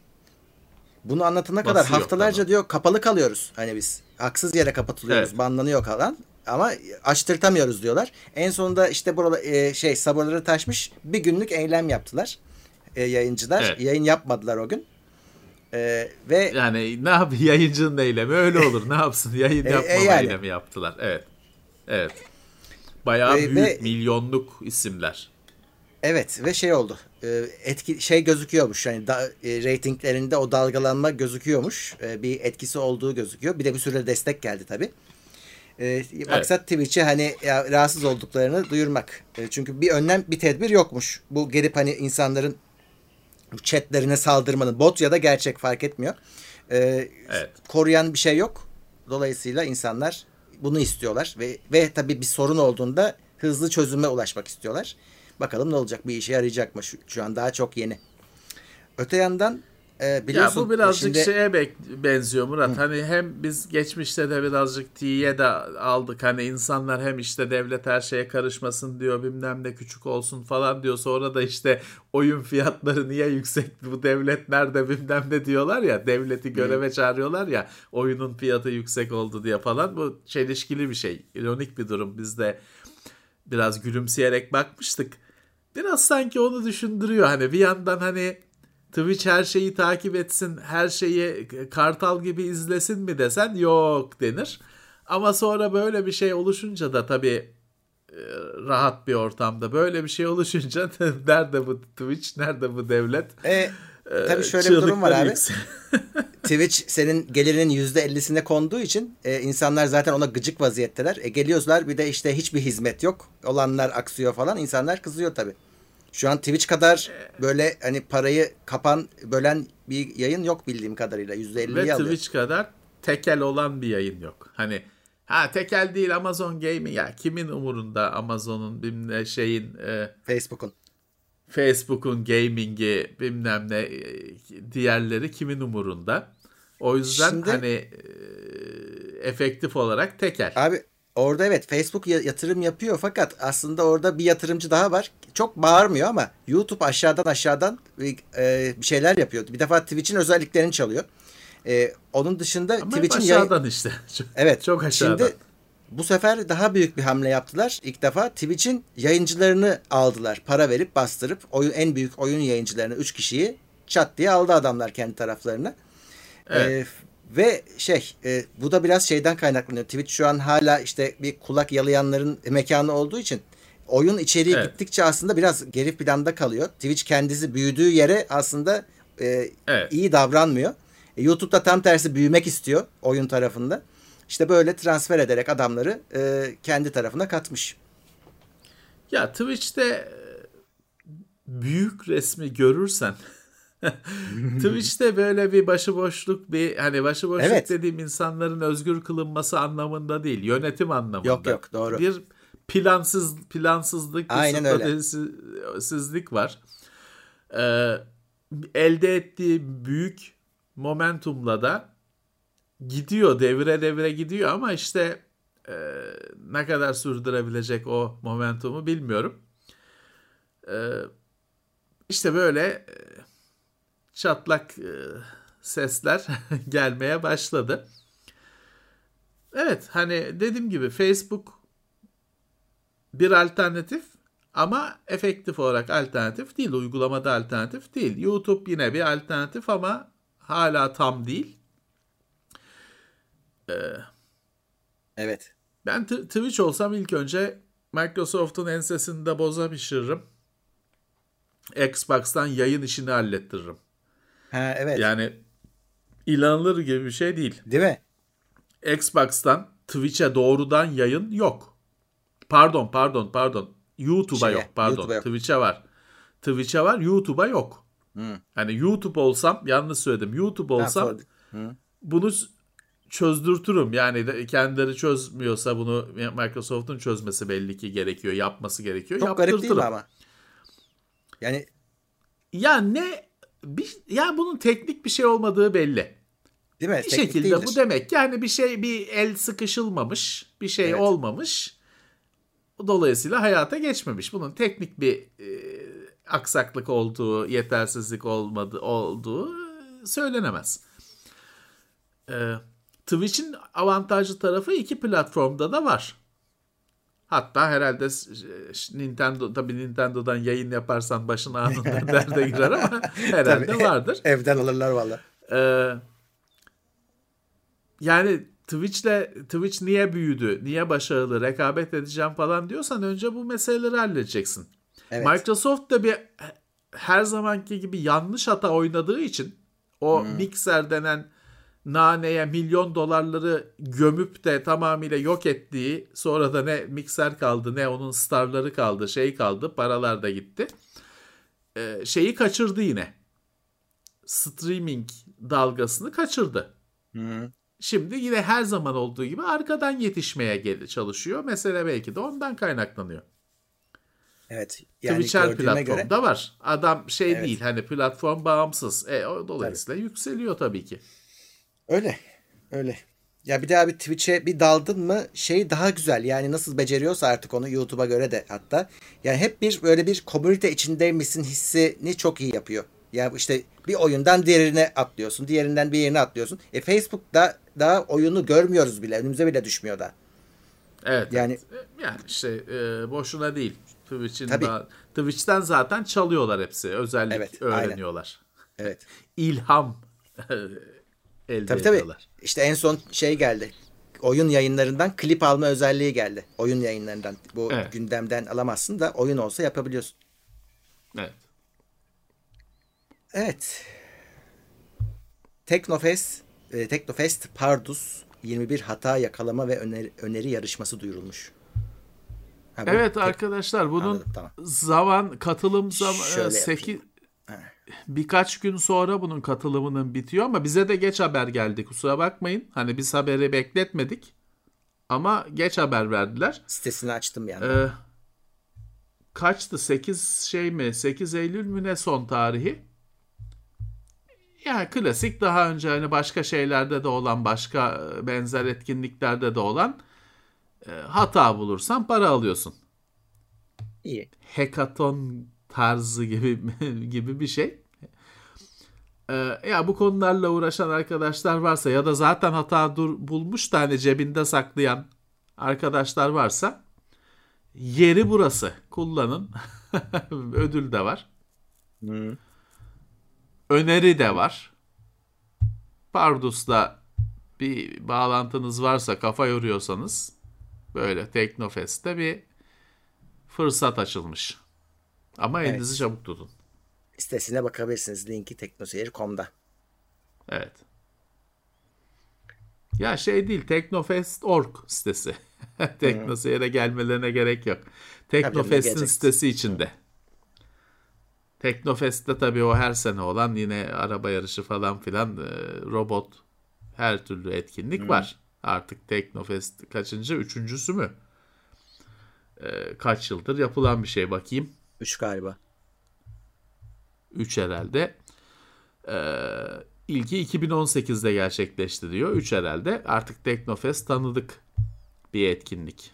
bunu anlatana basıyor kadar haftalarca kanalı. diyor kapalı kalıyoruz. Hani biz haksız yere kapatılıyoruz. Evet. Banlanıyor kalan. Ama açtırtamıyoruz diyorlar. En sonunda işte burada e, şey sabırları taşmış, bir günlük eylem yaptılar e, yayıncılar. Evet. Yayın yapmadılar o gün. E, ve yani ne yap, yayıncının eylemi öyle olur. Ne yapsın? Yayın E, yapmama e, yani. eylemi yaptılar. Evet. Evet. Bayağı E, büyük, ve- milyonluk isimler. evet ve şey oldu. E, etki şey gözüküyormuş. Yani da, e, reytinglerinde o dalgalanma gözüküyormuş. E, bir etkisi olduğu gözüküyor. Bir de bir sürü destek geldi tabii. E, maksat Twitch'e hani ya, rahatsız olduklarını duyurmak. E, çünkü bir önlem, bir tedbir yokmuş. Bu gelip hani insanların chatlerine saldırmanın, bot ya da gerçek fark etmiyor. E, Evet. Koruyan bir şey yok. Dolayısıyla insanlar bunu istiyorlar ve ve tabii bir sorun olduğunda hızlı çözüme ulaşmak istiyorlar. Bakalım ne olacak? Bir işe yarayacak mı? Şu, şu an daha çok yeni. Öte yandan e, biliyorsun. Ya bu birazcık şimdi, şeye bek- benziyor Murat. Hı. Hani hem biz geçmişte de birazcık tiye de aldık. Hani insanlar hem işte devlet her şeye karışmasın diyor, bilmem ne küçük olsun falan diyor. Sonra da işte oyun fiyatları niye yüksek, bu devlet nerede bilmem ne diyorlar ya. Devleti göreve Hı. çağırıyorlar ya, oyunun fiyatı yüksek oldu diye falan. Bu çelişkili bir şey. İronik bir durum. Biz de biraz gülümseyerek bakmıştık. Biraz sanki onu düşündürüyor. Hani bir yandan hani Twitch her şeyi takip etsin, her şeyi kartal gibi izlesin mi desen yok denir. Ama sonra böyle bir şey oluşunca da tabii rahat bir ortamda böyle bir şey oluşunca nerede bu Twitch, nerede bu devlet? E, tabii şöyle bir durum var abi. Twitch senin gelirinin yüzde ellisine konduğu için e, insanlar zaten ona gıcık vaziyetteler. E, geliyorlar bir de işte hiçbir hizmet yok. Olanlar aksıyor falan. İnsanlar kızıyor tabii. Şu an Twitch kadar böyle hani parayı kapan, bölen bir yayın yok bildiğim kadarıyla. yüzde elliyi alıyor. Ve Twitch kadar tekel olan bir yayın yok. Hani ha tekel değil, Amazon Gaming, ya kimin umurunda Amazon'un bilmem şeyin e, Facebook'un. Facebook'un gaming'i bilmem ne diğerleri kimin umurunda? O yüzden Şimdi, hani e, efektif olarak tekel. Abi orada evet Facebook yatırım yapıyor fakat aslında orada bir yatırımcı daha var. Çok bağırmıyor ama YouTube aşağıdan aşağıdan e, bir şeyler yapıyor. Bir defa Twitch'in özelliklerini çalıyor. E, onun dışında ama Twitch'in aşağıdan yayın... işte. Çok, evet. Çok aşağıdan. Şimdi bu sefer daha büyük bir hamle yaptılar. İlk defa Twitch'in yayıncılarını aldılar. Para verip bastırıp oyun en büyük oyun yayıncılarını üç kişiyi çat diye aldı adamlar kendi taraflarına. Evet. Ee, ve şey e, bu da biraz şeyden kaynaklanıyor. Twitch şu an hala işte bir kulak yalayanların mekanı olduğu için oyun içeriği evet. gittikçe aslında biraz geri planda kalıyor. Twitch kendisi büyüdüğü yere aslında e, evet. iyi davranmıyor. E, YouTube'da tam tersi büyümek istiyor oyun tarafında. İşte böyle transfer ederek adamları e, kendi tarafına katmış. Ya Twitch'te büyük resmi görürsen Twitch'te böyle bir başıboşluk bir hani başıboşluk evet. dediğim insanların özgür kılınması anlamında değil, yönetim anlamında. Yok yok doğru. Bir plansız plansızlık, kısıtlasızlık var. Ee, elde ettiği büyük momentumla da gidiyor, devire devire gidiyor ama işte e, ne kadar sürdürebilecek o momentumu bilmiyorum. E, işte böyle e, çatlak e, sesler gelmeye başladı. Evet, hani dediğim gibi Facebook bir alternatif ama efektif olarak alternatif değil. Uygulamada alternatif değil. YouTube yine bir alternatif ama hala tam değil. Ee, evet. Ben t- Twitch olsam ilk önce Microsoft'un ensesinde boza pişiririm. Xbox'tan yayın işini hallettiririm. Ha evet. Yani inanılır gibi bir şey değil. Değil mi? Xbox'tan Twitch'e doğrudan yayın yok. Pardon, pardon, pardon. YouTube'a Şeye, yok, pardon. YouTube'a yok. Twitch'e var. Twitch'e var, YouTube'a yok. Hmm. Yani YouTube olsam, yanlış söyledim. YouTube olsam hmm. bunu çözdürtürüm. Yani kendileri çözmüyorsa bunu Microsoft'un çözmesi belli ki gerekiyor, yapması gerekiyor. Çok garip değil mi ama? Yani ya ne bir ya bunun teknik bir şey olmadığı belli. Değil mi? Bir teknik şekilde değildir. Bu demek yani bir şey bir el sıkışılmamış, bir şey evet. olmamış. Dolayısıyla hayata geçmemiş. Bunun teknik bir e, aksaklık olduğu, yetersizlik olmadı olduğu söylenemez. E, Twitch'in avantajlı tarafı iki platformda da var. Hatta herhalde Nintendo, tabii Nintendo'dan yayın yaparsan başına anında derde girer ama herhalde tabii, vardır. Evden alırlar valla. Ee, yani Twitch'le Twitch niye büyüdü, niye başarılı, rekabet edeceğim falan diyorsan önce bu meseleleri halledeceksin. Evet. Microsoft da bir her zamanki gibi yanlış hata oynadığı için o hmm. Mixer denen naneye milyon dolarları gömüp de tamamıyla yok ettiği, sonra da ne Mixer kaldı ne onun starları kaldı, şey kaldı, paralar da gitti. Ee, şeyi kaçırdı yine. Streaming dalgasını kaçırdı. Hmm. Şimdi yine her zaman olduğu gibi arkadan yetişmeye çalışıyor. Mesele belki de ondan kaynaklanıyor. Evet. Yani Twitch platformda göre... var. Adam şey evet. değil hani platform bağımsız. E, o dolayısıyla tabii. yükseliyor tabii ki. Öyle. Öyle. Ya bir daha bir Twitch'e bir daldın mı şey daha güzel. Yani nasıl beceriyorsa artık onu YouTube'a göre de hatta. Yani hep bir böyle bir komünite içindeymişsin hissini çok iyi yapıyor. Ya işte bir oyundan diğerine atlıyorsun. Diğerinden bir yerine atlıyorsun. E Facebook'ta daha oyunu görmüyoruz bile. Önümüze bile düşmüyor da. Evet. Yani evet. yani işte e, boşuna değil. Twitch'in daha, Twitch'ten zaten çalıyorlar hepsi. Özellik evet, öğreniyorlar. Aynen. Evet. İlham elde tabii, ediyorlar. Tabii. İşte en son şey geldi. Oyun yayınlarından klip alma özelliği geldi. Oyun yayınlarından. Bu evet. gündemden alamazsın da oyun olsa yapabiliyorsun. Evet. Evet. Teknofest, e, Teknofest Pardus yirmi bir hata yakalama ve öneri, öneri yarışması duyurulmuş. Ha, evet tek... arkadaşlar bunun Anladım, tamam. zaman katılım zaman sekiz birkaç gün sonra bunun katılımının bitiyor ama bize de geç haber geldi. Kusura bakmayın. Hani biz haberi bekletmedik ama geç haber verdiler. Sitesini açtım yani. Ee, kaçtı? sekiz şey mi? sekiz Eylül mü ne son tarihi? Yani klasik, daha önce hani başka şeylerde de olan, başka benzer etkinliklerde de olan, e, hata bulursan para alıyorsun. İyi. Hackathon tarzı gibi gibi bir şey. Ee, ya bu konularla uğraşan arkadaşlar varsa ya da zaten hata dur, bulmuş da hani cebinde saklayan arkadaşlar varsa, yeri burası. Kullanın. Ödül de var. Hı. Öneri de var. Pardus'la bir bağlantınız varsa, kafa yoruyorsanız, böyle Teknofest'te bir fırsat açılmış. Ama Evet. elinizi çabuk tutun. Sitesine bakabilirsiniz. Linki teknoseyir nokta com'da. Evet. Ya şey değil, teknofest nokta org sitesi. Teknoseyir'e gelmelerine gerek yok. Teknofest'in gelecek. sitesi içinde. Teknofest'te tabii o her sene olan yine araba yarışı falan filan, e, robot, her türlü etkinlik Hı. var. Artık Teknofest kaçıncı? Üçüncüsü mü? E, kaç yıldır yapılan bir şey, bakayım. Üç galiba. Üç herhalde. Ee, ilki iki bin on sekizde gerçekleşti diyor. Üç herhalde. Artık Teknofest tanıdık bir etkinlik.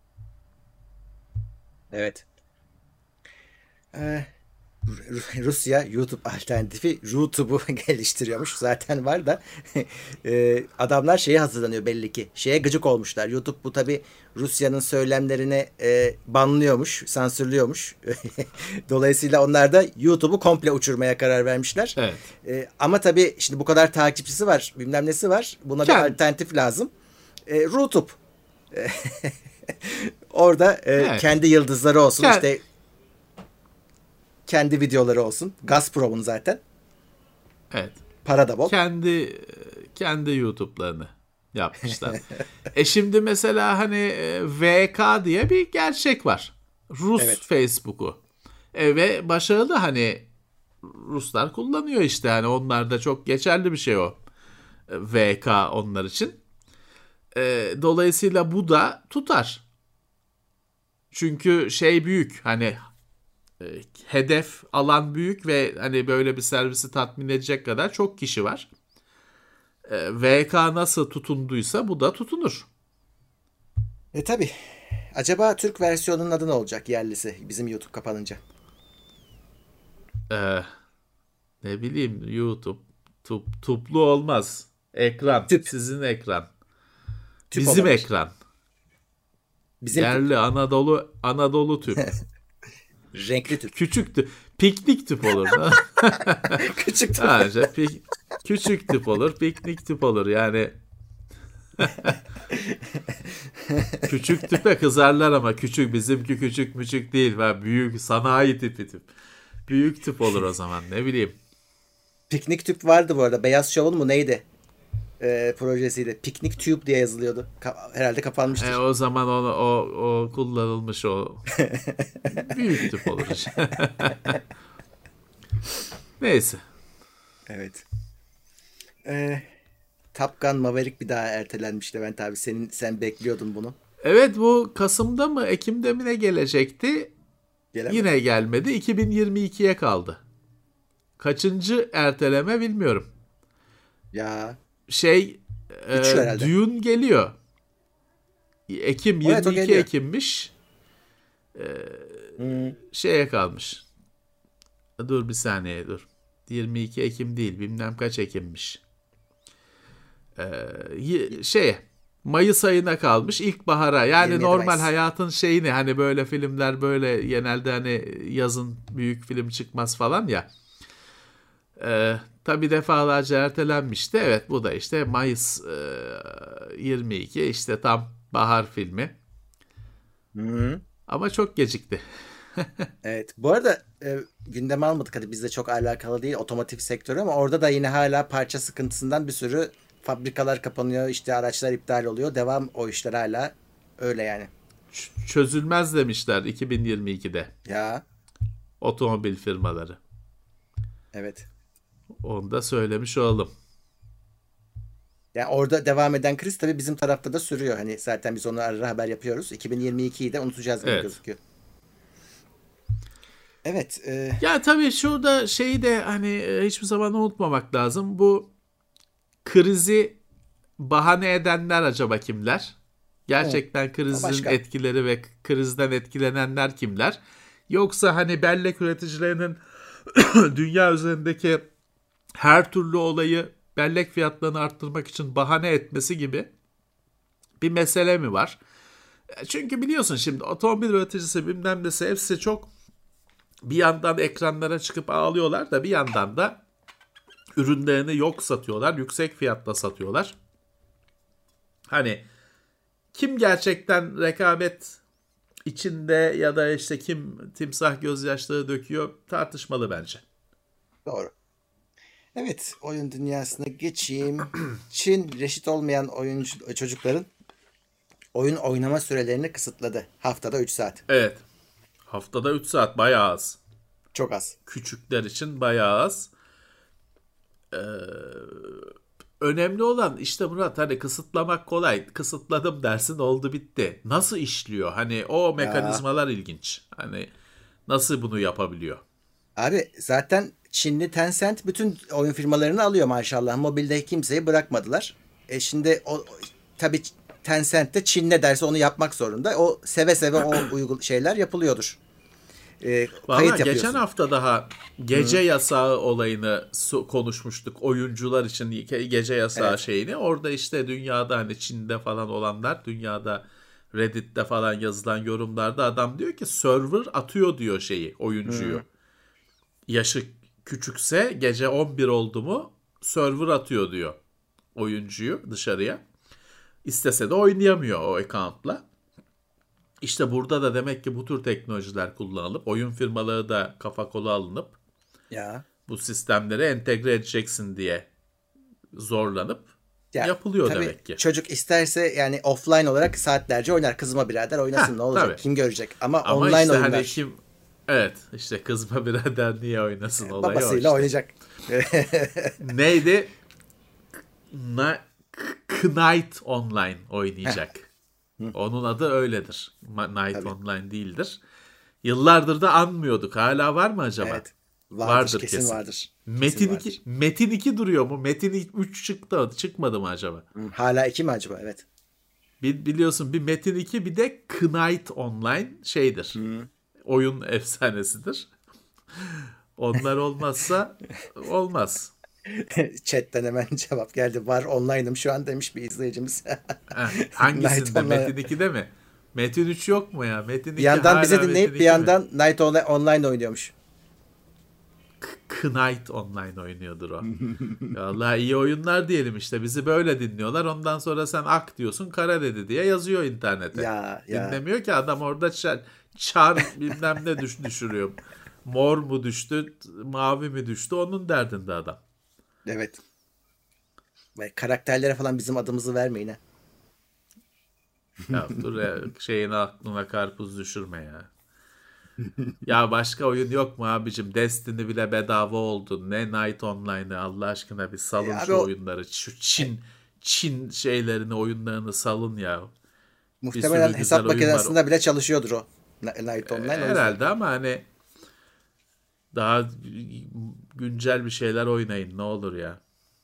Evet. Ee, Ru- Rusya YouTube alternatifi YouTube'u geliştiriyormuş. Zaten var da e, adamlar şeye hazırlanıyor belli ki. Şeye gıcık olmuşlar. YouTube bu tabi Rusya'nın söylemlerini e, banlıyormuş, sansürlüyormuş. Dolayısıyla onlar da YouTube'u komple uçurmaya karar vermişler. Evet. E, ama tabi şimdi bu kadar takipçisi var, bilmem nesi var. Buna Kend- bir alternatif lazım. E, YouTube. Orada e, Evet. kendi yıldızları olsun. Kend- işte kendi videoları olsun. Gazprom'un zaten. Evet. Para da bol. Kendi kendi YouTube'larını yapmışlar. e şimdi mesela hani e, V K diye bir gerçek var. Rus Evet. Facebook'u. E, ve başarılı, hani Ruslar kullanıyor işte, hani onlar da çok geçerli bir şey o. E, V K onlar için. E, dolayısıyla bu da tutar. Çünkü şey büyük, hani e, hedef alan büyük ve hani böyle bir servisi tatmin edecek kadar çok kişi var. E, V K nasıl tutunduysa bu da tutunur. E tabi. Acaba Türk versiyonunun adı ne olacak yerlisi bizim YouTube kapanınca? E, ne bileyim, YouTube. Tup, tuplu olmaz. Ekran. Tüp. Sizin ekran. Tüp Bizim olabilir. ekran. Bizim Yerli Anadolu Anadolu tüp. tüp. Renkli tüp. Küçük tüp. Piknik tüp olur. Küçük tüp. Ha, işte pik- küçük tüp olur, piknik tüp olur. Yani küçük tüpe kızarlar ama küçük, bizimki küçük müçük değil. Ben büyük sanayi tipi tüp. Büyük tüp olur o zaman, ne bileyim. Piknik tüp vardı bu arada. Beyaz Şov'un mu neydi? E, projesiydi. Piknik tüp diye yazılıyordu. Ka- herhalde kapanmıştır. E, o zaman onu, o, o kullanılmış o. Büyük tüp olur. Neyse. Evet. E, Top Gun Maverick bir daha ertelenmiş Levent abi. Senin, sen bekliyordun bunu. Evet, bu Kasım'da mı Ekim'de mi ne gelecekti? Gelemedi. Yine gelmedi. iki bin yirmi ikiye kaldı. Kaçıncı erteleme bilmiyorum. Ya. Şey e, Üç herhalde. Dune geliyor. Ekim, Evet, o yirmi iki geliyor. Ekim'miş. E, Hmm. şeye kalmış. Dur bir saniye dur. yirmi iki Ekim değil, bilmem kaç Ekim'miş. E, y- şeye Mayıs ayına kalmış, ilkbahara. Yani yirmi yedi normal Mayıs. hayatın şeyini, hani böyle filmler böyle genelde hani yazın büyük film çıkmaz falan ya. Ee, tabii defalarca ertelenmişti. Evet, bu da işte Mayıs e, yirmi iki, işte tam bahar filmi. Hı. Ama çok gecikti. Evet. Bu arada e, gündeme almadık, hadi bizde çok alakalı değil otomotiv sektörü, ama orada da yine hala parça sıkıntısından bir sürü fabrikalar kapanıyor, işte araçlar iptal oluyor. Devam o işler hala öyle yani. Ç- çözülmez demişler iki bin yirmi ikide Ya otomobil firmaları. evet. Onu da söylemiş olalım. Yani orada devam eden kriz tabii bizim tarafta da sürüyor. Hani zaten biz onu ara ara haber yapıyoruz. iki bin yirmi ikiyi de unutacağız gibi Evet. gözüküyor. Evet. E... Ya tabii şurada şeyi de hani e, hiçbir zaman unutmamak lazım. Bu krizi bahane edenler acaba kimler? Gerçekten Evet. krizin etkileri ve krizden etkilenenler kimler? Yoksa hani bellek üreticilerinin dünya üzerindeki her türlü olayı bellek fiyatlarını arttırmak için bahane etmesi gibi bir mesele mi var? Çünkü biliyorsun şimdi otomobil üreticisi bilmem nesi hepsi çok bir yandan ekranlara çıkıp ağlıyorlar da bir yandan da ürünlerini yok satıyorlar, yüksek fiyatla satıyorlar. Hani kim gerçekten rekabet içinde ya da işte kim timsah gözyaşları döküyor tartışmalı bence. Doğru. Evet, oyun dünyasına geçeyim. Çin reşit olmayan oyuncu çocukların oyun oynama sürelerini kısıtladı. Haftada üç saat. Evet. Haftada üç saat bayağı az. Çok az. Küçükler için bayağı az. Ee, önemli olan işte Murat hani kısıtlamak kolay. Kısıtladım dersin oldu bitti. Nasıl işliyor? Hani o mekanizmalar ya. ilginç. Hani nasıl bunu yapabiliyor? Abi zaten Çinli Tencent bütün oyun firmalarını alıyor maşallah. Mobilde kimseyi bırakmadılar. E şimdi o tabii Tencent de Çin ne derse onu yapmak zorunda. O seve seve o uygul şeyler yapılıyordur. E, Valla geçen hafta daha gece Hı. yasağı olayını su- konuşmuştuk. Oyuncular için gece yasağı evet. şeyini. Orada işte dünyada hani Çin'de falan olanlar, dünyada Reddit'te falan yazılan yorumlarda adam diyor ki server atıyor diyor şeyi oyuncuyu. Hı. Yaşı küçükse gece on bir oldu mu server atıyor diyor oyuncuyu dışarıya. İstese de oynayamıyor o account'la. İşte burada da demek ki bu tür teknolojiler kullanılıp oyun firmaları da kafa kola alınıp ya. bu sistemleri entegre edeceksin diye zorlanıp ya, yapılıyor demek ki. Çocuk isterse yani offline olarak saatlerce oynar. Kızma birader oynasın, ha, ne olacak? Tabii. Kim görecek? Ama, Ama online işte oyunlar. Hani kim, evet işte kızma birader niye oynasın e, olayı babasıyla işte. Oynayacak. Neydi? Knight Online oynayacak. Onun adı öyledir. Night Tabii. Online değildir. Yıllardır da anmıyorduk. Hala var mı acaba? Evet. Vardır, vardır kesin, kesin vardır. Metin kesin iki vardır. Metin iki duruyor mu? Metin üç çıktı, çıkmadı mı acaba? Hala iki mi acaba? Evet. Bir, biliyorsun bir Metin iki bir de Knight Online şeydir. Hı. Oyun efsanesidir. Onlar olmazsa olmaz. Chat'ten hemen cevap geldi. Var online'ım şu an demiş bir izleyicimiz. Hangisinde? Metin ikide mi? Metin üç yok mu ya? Metin iki bir yandan bizi dinleyip bir yandan mi? Night Online oynuyormuş. Knight Online oynuyordur o. Vallahi iyi oyunlar diyelim işte. Bizi böyle dinliyorlar. Ondan sonra sen ak diyorsun kara dedi diye yazıyor internete. Ya, ya. Dinlemiyor ki adam orada çar, çar bilmem ne düş, düşürüyor. Mor mu düştü, mavi mi düştü onun derdinde adam. Evet. Ve karakterlere falan bizim adımızı vermeyin ha. Ya dur ya, şeyin aklına karpuz düşürme ya. Ya başka oyun yok mu abicim? Destiny bile bedava oldu. Ne Night Online'ı Allah aşkına bir salın ya şu o... oyunları. Şu Çin Çin şeylerini oyunlarını salın ya. Muhtemelen hesap makinesinde bile çalışıyordur o. Night Online. E, herhalde ama hani daha güncel bir şeyler oynayın ne olur ya.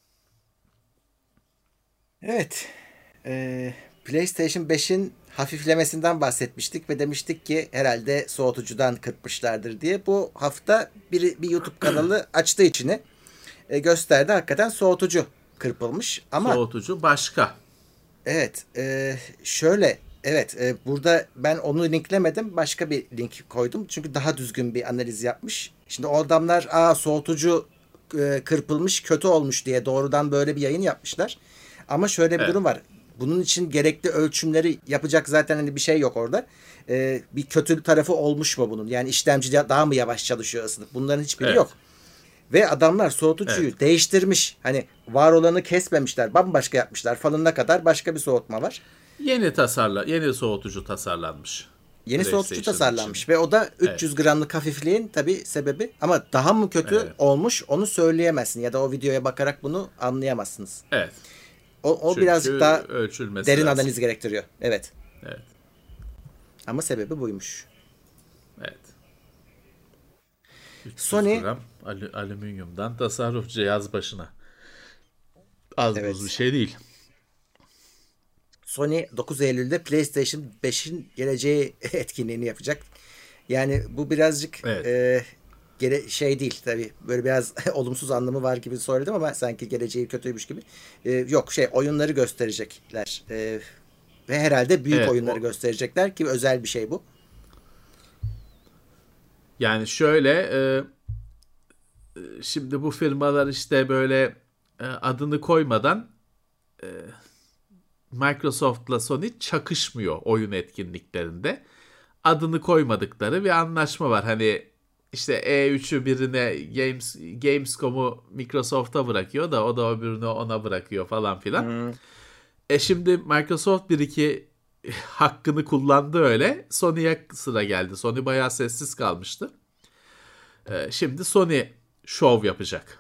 Evet. Ee, PlayStation beşin hafiflemesinden bahsetmiştik ve demiştik ki herhalde soğutucudan kırpmışlardır diye. Bu hafta bir, bir YouTube kanalı açtı içini. E, gösterdi hakikaten soğutucu kırpılmış. Ama soğutucu başka. Evet. E, şöyle evet e, burada ben onu linklemedim. Başka bir link koydum. Çünkü daha düzgün bir analiz yapmış. Şimdi o adamlar aa soğutucu e, kırpılmış kötü olmuş diye doğrudan böyle bir yayın yapmışlar. Ama şöyle bir evet. durum var. Bunun için gerekli ölçümleri yapacak zaten hani bir şey yok orada. Ee, bir kötü tarafı olmuş mu bunun? Yani işlemci daha mı yavaş çalışıyor ısınıp? Bunların hiçbiri evet. yok. Ve adamlar soğutucuyu evet. değiştirmiş. Hani var olanı kesmemişler. Bambaşka yapmışlar. Fanına kadar başka bir soğutma var. Yeni tasarla, yeni soğutucu tasarlanmış. Yeni soğutucu tasarlanmış için. Ve o da üç yüz evet. gramlık hafifliğin tabii sebebi. Ama daha mı kötü evet. olmuş onu söyleyemezsin. Ya da o videoya bakarak bunu anlayamazsınız. Evet. O, o birazcık daha derin lazım. analiz gerektiriyor. Evet. Evet. Ama sebebi buymuş. Evet. Sony gram alü- alüminyumdan tasarruf cihaz başına. Az Evet. buz bir şey değil. Sony dokuz Eylül'de PlayStation beşin geleceği etkinliğini yapacak. Yani bu birazcık Evet. e, gele, şey değil tabii. Böyle biraz olumsuz anlamı var gibi söyledim ama sanki geleceği kötüymüş gibi. E, yok şey oyunları gösterecekler. E, ve herhalde büyük Evet, oyunları o- gösterecekler ki özel bir şey bu. Yani şöyle e, e, şimdi bu firmalar işte böyle e, adını koymadan e, Microsoft'la Sony çakışmıyor oyun etkinliklerinde. Adını koymadıkları bir anlaşma var. Hani işte E üçü birine Games Gamescom'u Microsoft'a bırakıyor da o da öbürünü ona bırakıyor falan filan. E şimdi Microsoft bir iki hakkını kullandı öyle. Sony'ye sıra geldi. Sony bayağı sessiz kalmıştı. E, şimdi Sony şov yapacak.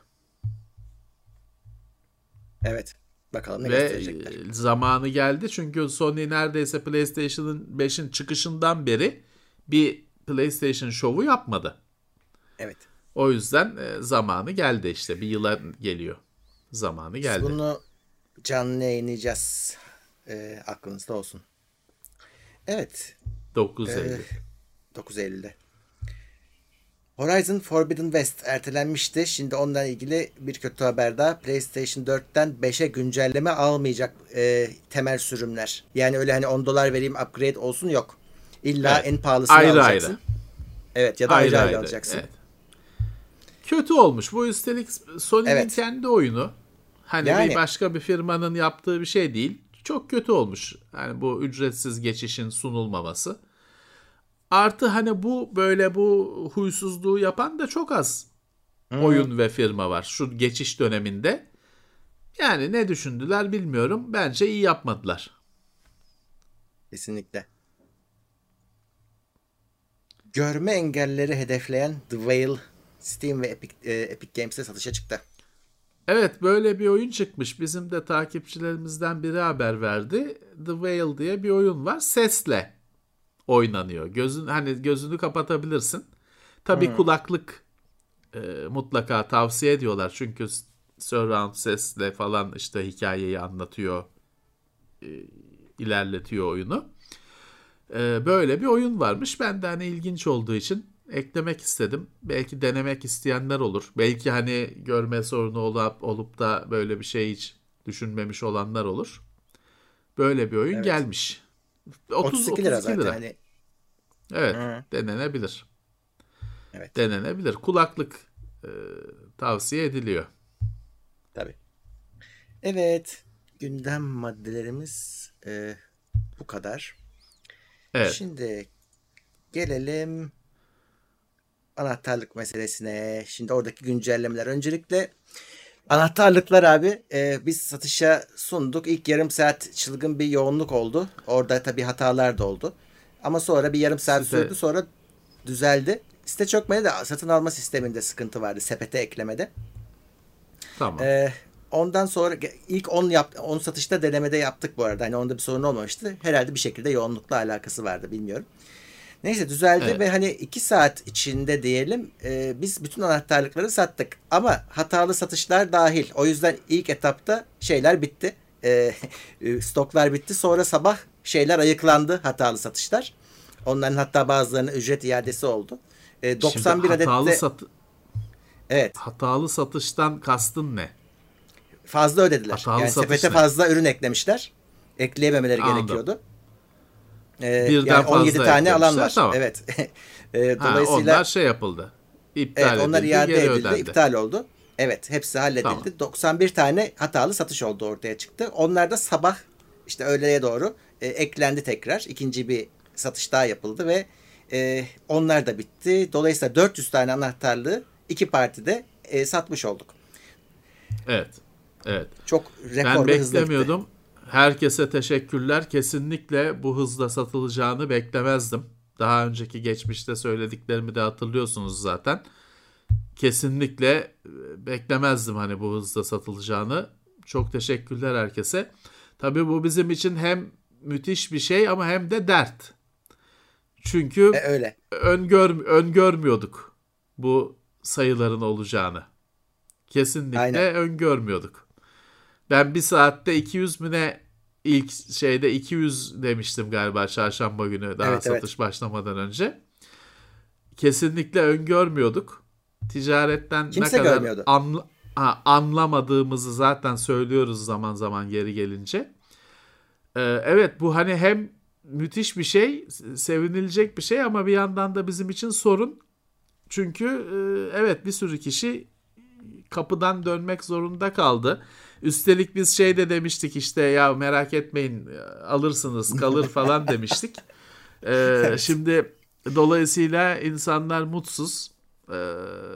Evet. Bakalım ne Ve gösterecekler. e, zamanı geldi çünkü Sony neredeyse PlayStation'ın beşin çıkışından beri bir PlayStation şovu yapmadı. Evet. O yüzden e, zamanı geldi işte. Bir yıla geliyor. Zamanı geldi. Bunu canlı yayınlayacağız. E, aklınızda olsun. Evet. dokuz Eylül. Ee, dokuz Eylül'de. Horizon Forbidden West ertelenmişti. Şimdi onunla ilgili bir kötü haber daha. PlayStation dörtten beşe güncelleme almayacak e, temel sürümler. Yani öyle hani on dolar vereyim upgrade olsun yok. İlla Evet. en pahalısını Ayrı alacaksın. ayrı. Evet ya da ayrı ayrı, alacaksın. Evet. Kötü olmuş. Bu üstelik Sony'nin Evet. kendi oyunu. Hani Yani. bir başka bir firmanın yaptığı bir şey değil. Çok kötü olmuş. Yani bu ücretsiz geçişin sunulmaması. Artı hani bu böyle bu huysuzluğu yapan da çok az oyun ve firma var şu geçiş döneminde. Yani ne düşündüler bilmiyorum. Bence iyi yapmadılar. Kesinlikle. Görme engelleri hedefleyen The Whale Steam ve Epic, e, Epic Games'te satışa çıktı. Evet böyle bir oyun çıkmış. Bizim de takipçilerimizden biri haber verdi. The Whale diye bir oyun var. Sesle oynanıyor. Gözün hani gözünü kapatabilirsin. Tabii kulaklık e, mutlaka tavsiye ediyorlar. Çünkü surround sesle falan işte hikayeyi anlatıyor, e, ilerletiyor oyunu. E, böyle bir oyun varmış. Ben de hani ilginç olduğu için eklemek istedim. Belki denemek isteyenler olur. Belki hani görme sorunu olup, olup da böyle bir şey hiç düşünmemiş olanlar olur. Böyle bir oyun Evet. gelmiş. otuz otuz iki lira otuz iki zaten. lira. Hani, Evet, Hı. denenebilir. evet. Denenebilir. Kulaklık e, tavsiye ediliyor. Tabii. Evet. Gündem maddelerimiz e, bu kadar. Evet. Şimdi gelelim anahtarlık meselesine. Şimdi oradaki güncellemeler. Öncelikle anahtarlıklar abi e, biz satışa sunduk. İlk yarım saat çılgın bir yoğunluk oldu. Orada tabii hatalar da oldu. Ama sonra bir yarım saat Site- sürdü. Sonra düzeldi. Site çökmedi de satın alma sisteminde sıkıntı vardı. Sepete eklemede. Tamam. Ee, ondan sonra ilk on yap on satışta denemede yaptık bu arada. Hani onda bir sorun olmamıştı. Herhalde bir şekilde yoğunlukla alakası vardı bilmiyorum. Neyse düzeldi Evet. ve hani iki saat içinde diyelim e, biz bütün anahtarlıkları sattık. Ama hatalı satışlar dahil. O yüzden ilk etapta şeyler bitti. E, stoklar bitti. Sonra sabah şeyler ayıklandı hatalı satışlar. Onların hatta bazılarının ücret iadesi oldu. E, doksan bir Şimdi adet hatalı, de sat- evet hatalı satıştan kastın ne? fazla ödediler. Hatalı yani satış sepete ne? fazla ürün eklemişler. Ekleyememeleri Anladım. gerekiyordu. Ee, Birden yani on yedi fazla tane alan eklemişler, var. tamam. Evet. Ee, Ha, dolayısıyla onlar şey yapıldı. İptal evet, onlar edildi, iade geri edildi, ödendi. iptal oldu. Evet, hepsi halledildi. Tamam. doksan bir tane hatalı satış oldu ortaya çıktı. Onlar da sabah işte öğleye doğru e, eklendi tekrar. İkinci bir satış daha yapıldı ve e, onlar da bitti. Dolayısıyla dört yüz tane anahtarlığı iki partide e, satmış olduk. Evet. Evet. Çok Ben rekorlu hızlı gitti. beklemiyordum. Herkese teşekkürler. Kesinlikle bu hızla satılacağını beklemezdim. Daha önceki geçmişte söylediklerimi de hatırlıyorsunuz zaten. Kesinlikle e, beklemezdim hani bu hızla satılacağını. Çok teşekkürler herkese. Tabii bu bizim için hem müthiş bir şey ama hem de dert. Çünkü E, öyle. öngör öngörmüyorduk bu sayıların olacağını. Kesinlikle Aynen. öngörmüyorduk. Ben bir saatte iki yüz mü ne ilk şeyde iki yüz demiştim galiba çarşamba günü daha Evet, satış evet. başlamadan önce. Kesinlikle öngörmüyorduk. Ticaretten Kimse ne kadar görmüyordu. anla- ha, anlamadığımızı zaten söylüyoruz zaman zaman geri gelince. Ee, evet bu hani hem müthiş bir şey, sevinilecek bir şey ama bir yandan da bizim için sorun. Çünkü e, evet bir sürü kişi kapıdan dönmek zorunda kaldı. Üstelik biz şey de demiştik işte ya merak etmeyin alırsınız kalır falan demiştik. Ee, Evet. Şimdi dolayısıyla insanlar mutsuz. Ee,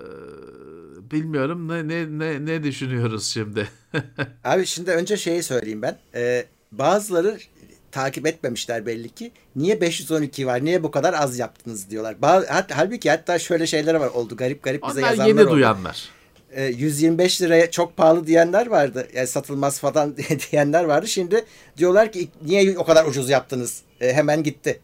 bilmiyorum ne ne ne ne düşünüyoruz şimdi? Abi şimdi önce şeyi söyleyeyim ben. Ee, bazıları takip etmemişler belli ki. Niye beş yüz on iki var? Niye bu kadar az yaptınız diyorlar. Ba- hat- halbuki hatta şöyle şeyler var oldu. Garip garip bize Onlar yazanlar yeni oldu. duyanlar. Ee, yüz yirmi beş liraya çok pahalı diyenler vardı. Yani satılmaz falan diyenler vardı. Şimdi diyorlar ki niye o kadar ucuz yaptınız? Ee, hemen gitti.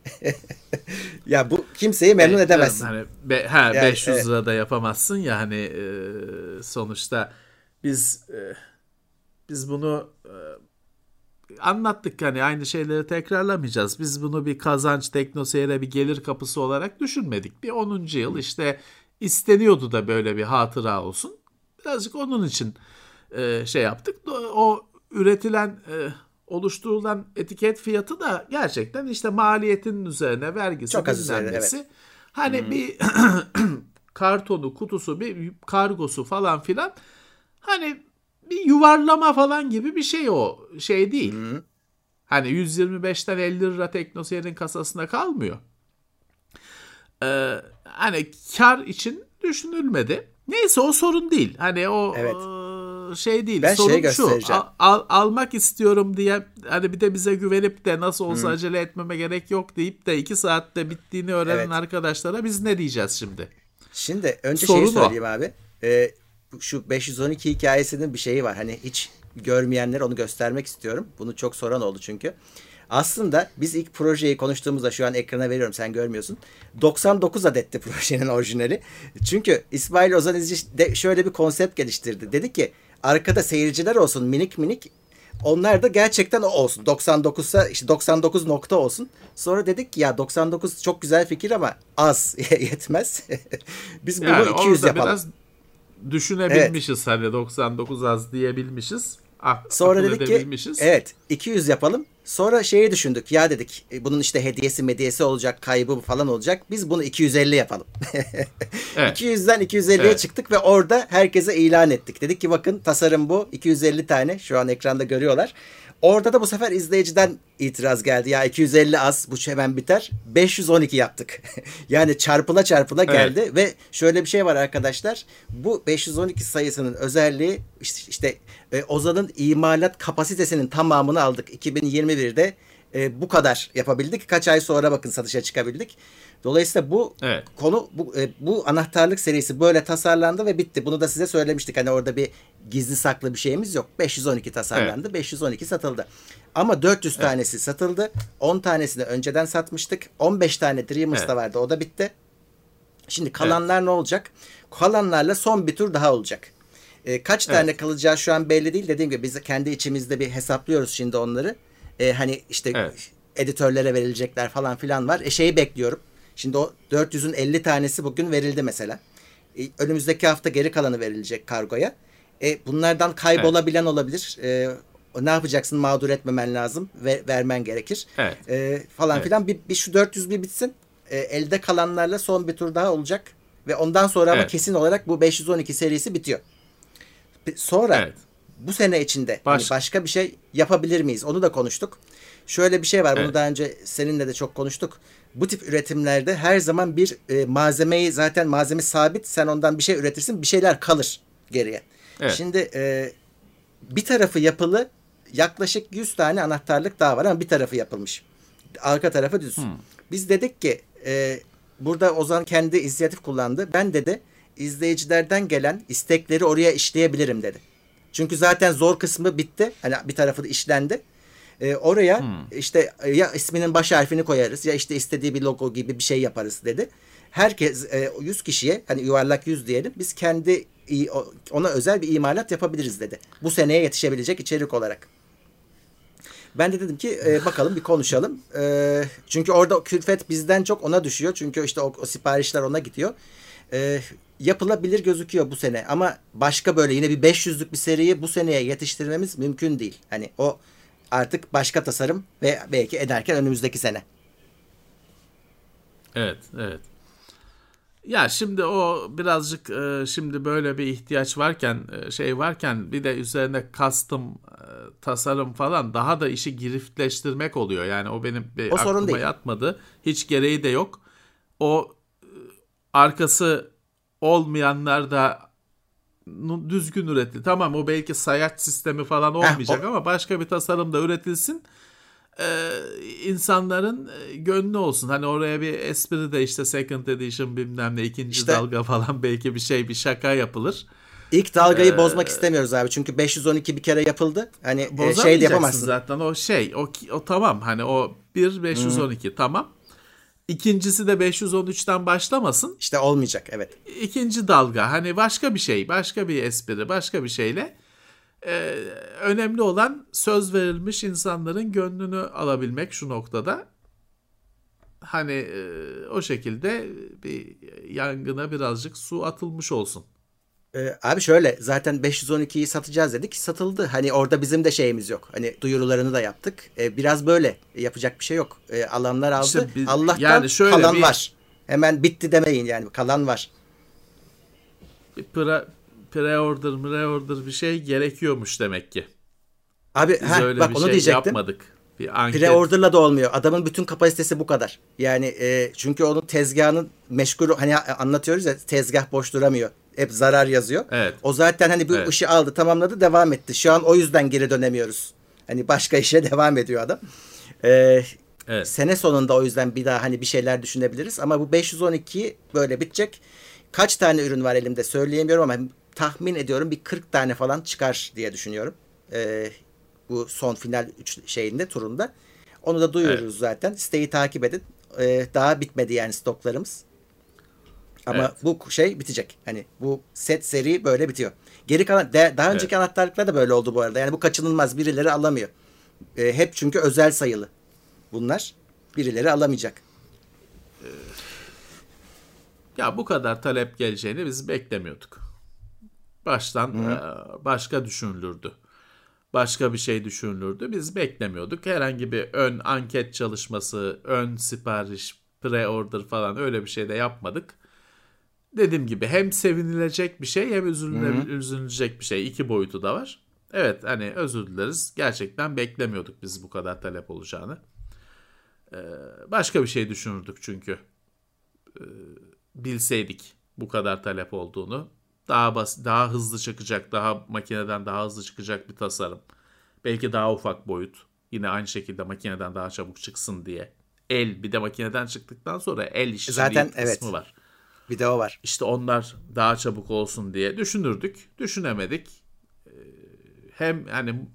Ya bu kimseyi memnun Evet, edemezsin. Hani be, ha, Yani, beş yüz evet. lirada yapamazsın ya hani e, sonuçta biz e, biz bunu e, anlattık hani aynı şeyleri tekrarlamayacağız. Biz bunu bir kazanç teknoseyre bir gelir kapısı olarak düşünmedik. Bir onuncu yıl işte isteniyordu da böyle bir hatıra olsun. Birazcık onun için e, şey yaptık. O üretilen e, oluşturulan etiket fiyatı da gerçekten işte maliyetinin üzerine vergisi Çok az bilmem üzerine, nesi. evet. Hani bir kartonu, kutusu, bir kargosu falan filan hani bir yuvarlama falan gibi bir şey o. Şey değil. Hı. Hani yüz yirmi beşten elli lira teknoseyrin kasasına kalmıyor. Ee, hani kar için düşünülmedi. Neyse o sorun değil. Hani o Evet. e, şey değil. Ben şeyi Sorun şu. göstereceğim. Al, al- almak istiyorum diye hani bir de bize güvenip de nasıl olsa Hı. acele etmeme gerek yok deyip de iki saatte bittiğini öğrenen Evet. arkadaşlara biz ne diyeceğiz şimdi? Şimdi önce Sorun şeyi o. söyleyeyim abi. Ee, şu beş yüz on iki hikayesinin bir şeyi var. Hani hiç görmeyenler onu göstermek istiyorum. Bunu çok soran oldu çünkü. Aslında biz ilk projeyi konuştuğumuzda şu an ekrana veriyorum sen görmüyorsun. doksan dokuz adetti projenin orijinali. Çünkü İsmail Ozan İzci de şöyle bir konsept geliştirdi. Dedi ki arkada seyirciler olsun minik minik. Onlar da gerçekten o olsun. doksan dokuzsa işte doksan dokuz nokta olsun. Sonra dedik ki ya doksan dokuz çok güzel fikir ama az yetmez. Biz bunu Yani iki yüz orada yapalım. biraz düşünebilmişiz hani doksan dokuz az diyebilmişiz. Ak- Sonra akıl dedik ki edebilmişiz. evet iki yüz yapalım. Sonra şeyi düşündük. Ya dedik e, bunun işte hediyesi mediyesi olacak, kaybı falan olacak. Biz bunu iki yüz elli yapalım. Evet. iki yüzden iki yüz elliye Evet. çıktık ve orada herkese ilan ettik. Dedik ki bakın tasarım bu. iki yüz elli tane şu an ekranda görüyorlar. Orada da bu sefer izleyiciden itiraz geldi. Ya iki yüz elli az bu hemen biter. beş yüz on iki yaptık. Yani çarpıla çarpıla geldi Evet. ve şöyle bir şey var arkadaşlar. Bu beş yüz on iki sayısının özelliği işte, işte e, Ozan'ın imalat kapasitesinin tamamını aldık. iki bin yirmi birde e, bu kadar yapabildik. Kaç ay sonra bakın satışa çıkabildik. Dolayısıyla bu Evet. konu bu, e, bu anahtarlık serisi böyle tasarlandı ve bitti. Bunu da size söylemiştik. Hani orada bir gizli saklı bir şeyimiz yok. beş yüz on iki tasarlandı. beş yüz on iki satıldı. Ama dört yüz Evet. tanesi satıldı. on tanesini önceden satmıştık. on beş tane Dreamers'ta Evet. vardı. O da bitti. Şimdi kalanlar ne olacak? Kalanlarla son bir tur daha olacak. E, kaç Evet. tane kalacağı şu an belli değil. Dediğim gibi biz kendi içimizde bir hesaplıyoruz şimdi onları. E, hani işte Evet. editörlere verilecekler falan filan var. E, şeyi bekliyorum. Şimdi o dört yüzün elli tanesi bugün verildi mesela. E, önümüzdeki hafta geri kalanı verilecek kargoya. E, bunlardan kaybolabilen olabilir. E, ne yapacaksın? Mağdur etmemen lazım ve vermen gerekir. Evet. E, falan Evet. filan. Bir, bir şu dört yüz bir bitsin. E, elde kalanlarla son bir tur daha olacak. Ve ondan sonra ama Evet. kesin olarak bu beş yüz on iki serisi bitiyor. Sonra Evet. bu sene içinde Baş- hani başka bir şey yapabilir miyiz? Onu da konuştuk. Şöyle bir şey var. Bunu Evet. daha önce seninle de çok konuştuk. Bu tip üretimlerde her zaman bir e, malzemeyi zaten malzeme sabit. Sen ondan bir şey üretirsin. Bir şeyler kalır geriye. Evet. Şimdi e, bir tarafı yapılı yaklaşık yüz tane anahtarlık daha var ama bir tarafı yapılmış. Arka tarafı düz. Hmm. Biz dedik ki e, burada Ozan kendi inisiyatif kullandı. Ben dedi izleyicilerden gelen istekleri oraya işleyebilirim dedi. Çünkü zaten zor kısmı bitti. Hani bir tarafı da işlendi. E, oraya hmm. işte ya isminin baş harfini koyarız ya işte istediği bir logo gibi bir şey yaparız dedi. Herkes e, yüz kişiye hani yuvarlak yüz diyelim biz kendi ona özel bir imalat yapabiliriz dedi. Bu seneye yetişebilecek içerik olarak. Ben de dedim ki e, bakalım bir konuşalım. E, çünkü orada külfet bizden çok ona düşüyor. Çünkü işte o, o siparişler ona gidiyor. E, yapılabilir gözüküyor bu sene. Ama başka böyle yine bir beş yüzlük bir seriyi bu seneye yetiştirmemiz mümkün değil. Hani o artık başka tasarım ve belki ederken önümüzdeki sene. Evet, evet. Ya şimdi o birazcık e, şimdi böyle bir ihtiyaç varken e, şey varken bir de üzerine custom e, tasarım falan daha da işi giriftleştirmek oluyor. Yani o benim bir o aklıma yatmadı. Hiç gereği de yok. O e, arkası olmayanlar da düzgün üretildi. Tamam o belki sayaç sistemi falan olmayacak Heh, o... ama başka bir tasarım da üretilsin. Ee, insanların gönlü olsun. Hani oraya bir espri de işte second edition bilmem ne ikinci işte, dalga falan belki bir şey bir şaka yapılır. İlk dalgayı ee, bozmak istemiyoruz abi. Çünkü beş yüz on iki bir kere yapıldı. Hani şey de yapamazsın. Zaten o şey o, o tamam hani o bir beş yüz on iki hmm. tamam. İkincisi de beş yüz on üçten başlamasın. İşte olmayacak evet. İkinci dalga hani başka bir şey başka bir espri başka bir şeyle Ee, önemli olan söz verilmiş insanların gönlünü alabilmek şu noktada. Hani e, o şekilde bir yangına birazcık su atılmış olsun. Ee, abi şöyle zaten beş yüz on ikiyi satacağız dedik satıldı. Hani orada bizim de şeyimiz yok. Hani duyurularını da yaptık. Ee, biraz böyle yapacak bir şey yok. Ee, alanlar aldı. İşte biz, Allah'tan yani kalan bir, var. Hemen bitti demeyin yani kalan var. Bir pra Pre-order, pre-order bir şey gerekiyormuş demek ki. Abi Biz heh, öyle bak bir onu şey diyecektim. yapmadık. Bir anket. Pre-order'la da olmuyor. Adamın bütün kapasitesi bu kadar. Yani e, çünkü onun tezgahının meşgul hani anlatıyoruz ya tezgah boş duramıyor. Hep zarar yazıyor. Evet. O zaten hani bir evet. işi aldı, tamamladı, devam etti. Şu an o yüzden geri dönemiyoruz. Hani başka işe devam ediyor adam. Ee, evet. Sene sonunda o yüzden bir daha hani bir şeyler düşünebiliriz ama bu beş yüz on iki böyle bitecek. Kaç tane ürün var elimde söyleyemiyorum ama tahmin ediyorum bir kırk tane falan çıkar diye düşünüyorum. Ee, bu son final üç şeyinde turunda. Onu da duyuyoruz evet. zaten. Siteyi takip edin. Ee, daha bitmedi yani stoklarımız. Ama evet. bu şey bitecek. Hani bu set seri böyle bitiyor. Geri kalan de, daha önceki evet. anahtarlıklar da böyle oldu bu arada. Yani bu kaçınılmaz, birileri alamıyor. Ee, hep çünkü özel sayılı. Bunlar birileri alamayacak. Ya bu kadar talep geleceğini biz beklemiyorduk. Baştan e, başka düşünülürdü. Başka bir şey düşünülürdü. Biz beklemiyorduk. Herhangi bir ön anket çalışması, ön sipariş, pre-order falan öyle bir şey de yapmadık. Dediğim gibi hem sevinilecek bir şey hem üzülüne, üzülecek bir şey. İki boyutu da var. Evet hani özür dileriz. Gerçekten beklemiyorduk biz bu kadar talep olacağını. Ee, başka bir şey düşünürdük çünkü. Ee, bilseydik bu kadar talep olduğunu. Daha bas, daha hızlı çıkacak, daha makineden daha hızlı çıkacak bir tasarım. Belki daha ufak boyut. Yine aynı şekilde makineden daha çabuk çıksın diye. El bir de makineden çıktıktan sonra el işçiliği zaten, kısmı evet. var. Bir de o var. İşte onlar daha çabuk olsun diye düşünürdük. Düşünemedik. Hem hani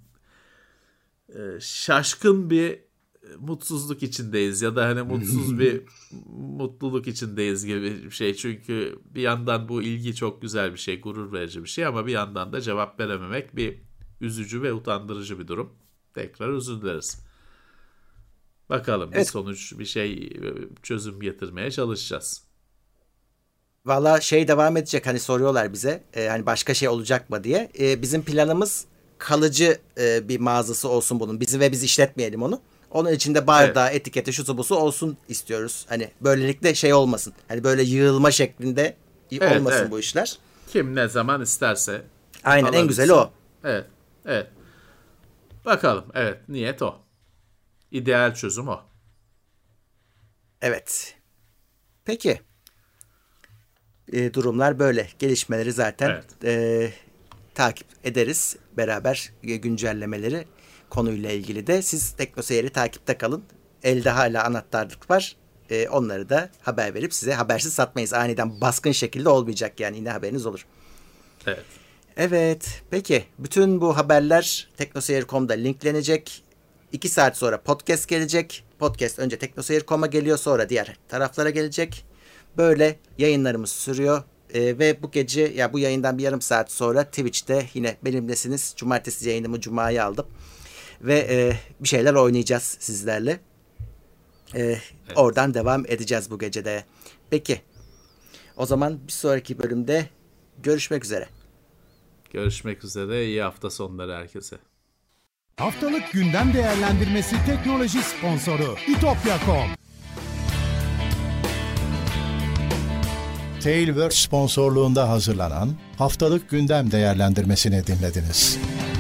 şaşkın bir mutsuzluk içindeyiz ya da hani mutsuz bir mutluluk içindeyiz gibi bir şey. Çünkü bir yandan bu ilgi çok güzel bir şey, gurur verici bir şey ama bir yandan da cevap verememek bir üzücü ve utandırıcı bir durum. Tekrar özür dileriz. Bakalım evet. bir sonuç, bir şey çözüm getirmeye çalışacağız. Valla şey devam edecek hani soruyorlar bize e, hani başka şey olacak mı diye. E, bizim planımız kalıcı e, bir mağazası olsun bunun. Bizi ve biz işletmeyelim onu. Onun içinde bardağı, evet. etiketi, şusu busu olsun istiyoruz. Hani böylelikle şey olmasın. Hani böyle yığılma şeklinde evet, olmasın evet. bu işler. Kim ne zaman isterse. Aynen alabilsin. En güzeli o. Evet. Evet. Bakalım. Evet. Niyet o. İdeal çözüm o. Evet. Peki. E, durumlar böyle. Gelişmeleri zaten evet. e, takip ederiz. Beraber güncellemeleri konuyla ilgili de siz TeknoSeyir'i takipte kalın. Elde hala anahtarlık var. Ee, onları da haber verip size habersiz satmayız. Aniden baskın şekilde olmayacak yani yine haberiniz olur. Evet. Evet. Peki. Bütün bu haberler teknoseyir nokta com'da linklenecek. iki saat sonra podcast gelecek. Podcast önce teknoseyir nokta com'a geliyor, sonra diğer taraflara gelecek. Böyle yayınlarımız sürüyor. Ee, ve bu gece ya bu yayından bir yarım saat sonra Twitch'te yine benimlesiniz. Cumartesi yayınımı Cuma'ya aldım. Ve e, bir şeyler oynayacağız sizlerle. Ee, evet. Oradan devam edeceğiz bu gecede. Peki. O zaman bir sonraki bölümde görüşmek üzere. Görüşmek üzere. İyi hafta sonları herkese. Haftalık gündem değerlendirmesi teknoloji sponsoru itopya nokta com. Tailwords sponsorluğunda hazırlanan Haftalık Gündem Değerlendirmesini dinlediniz.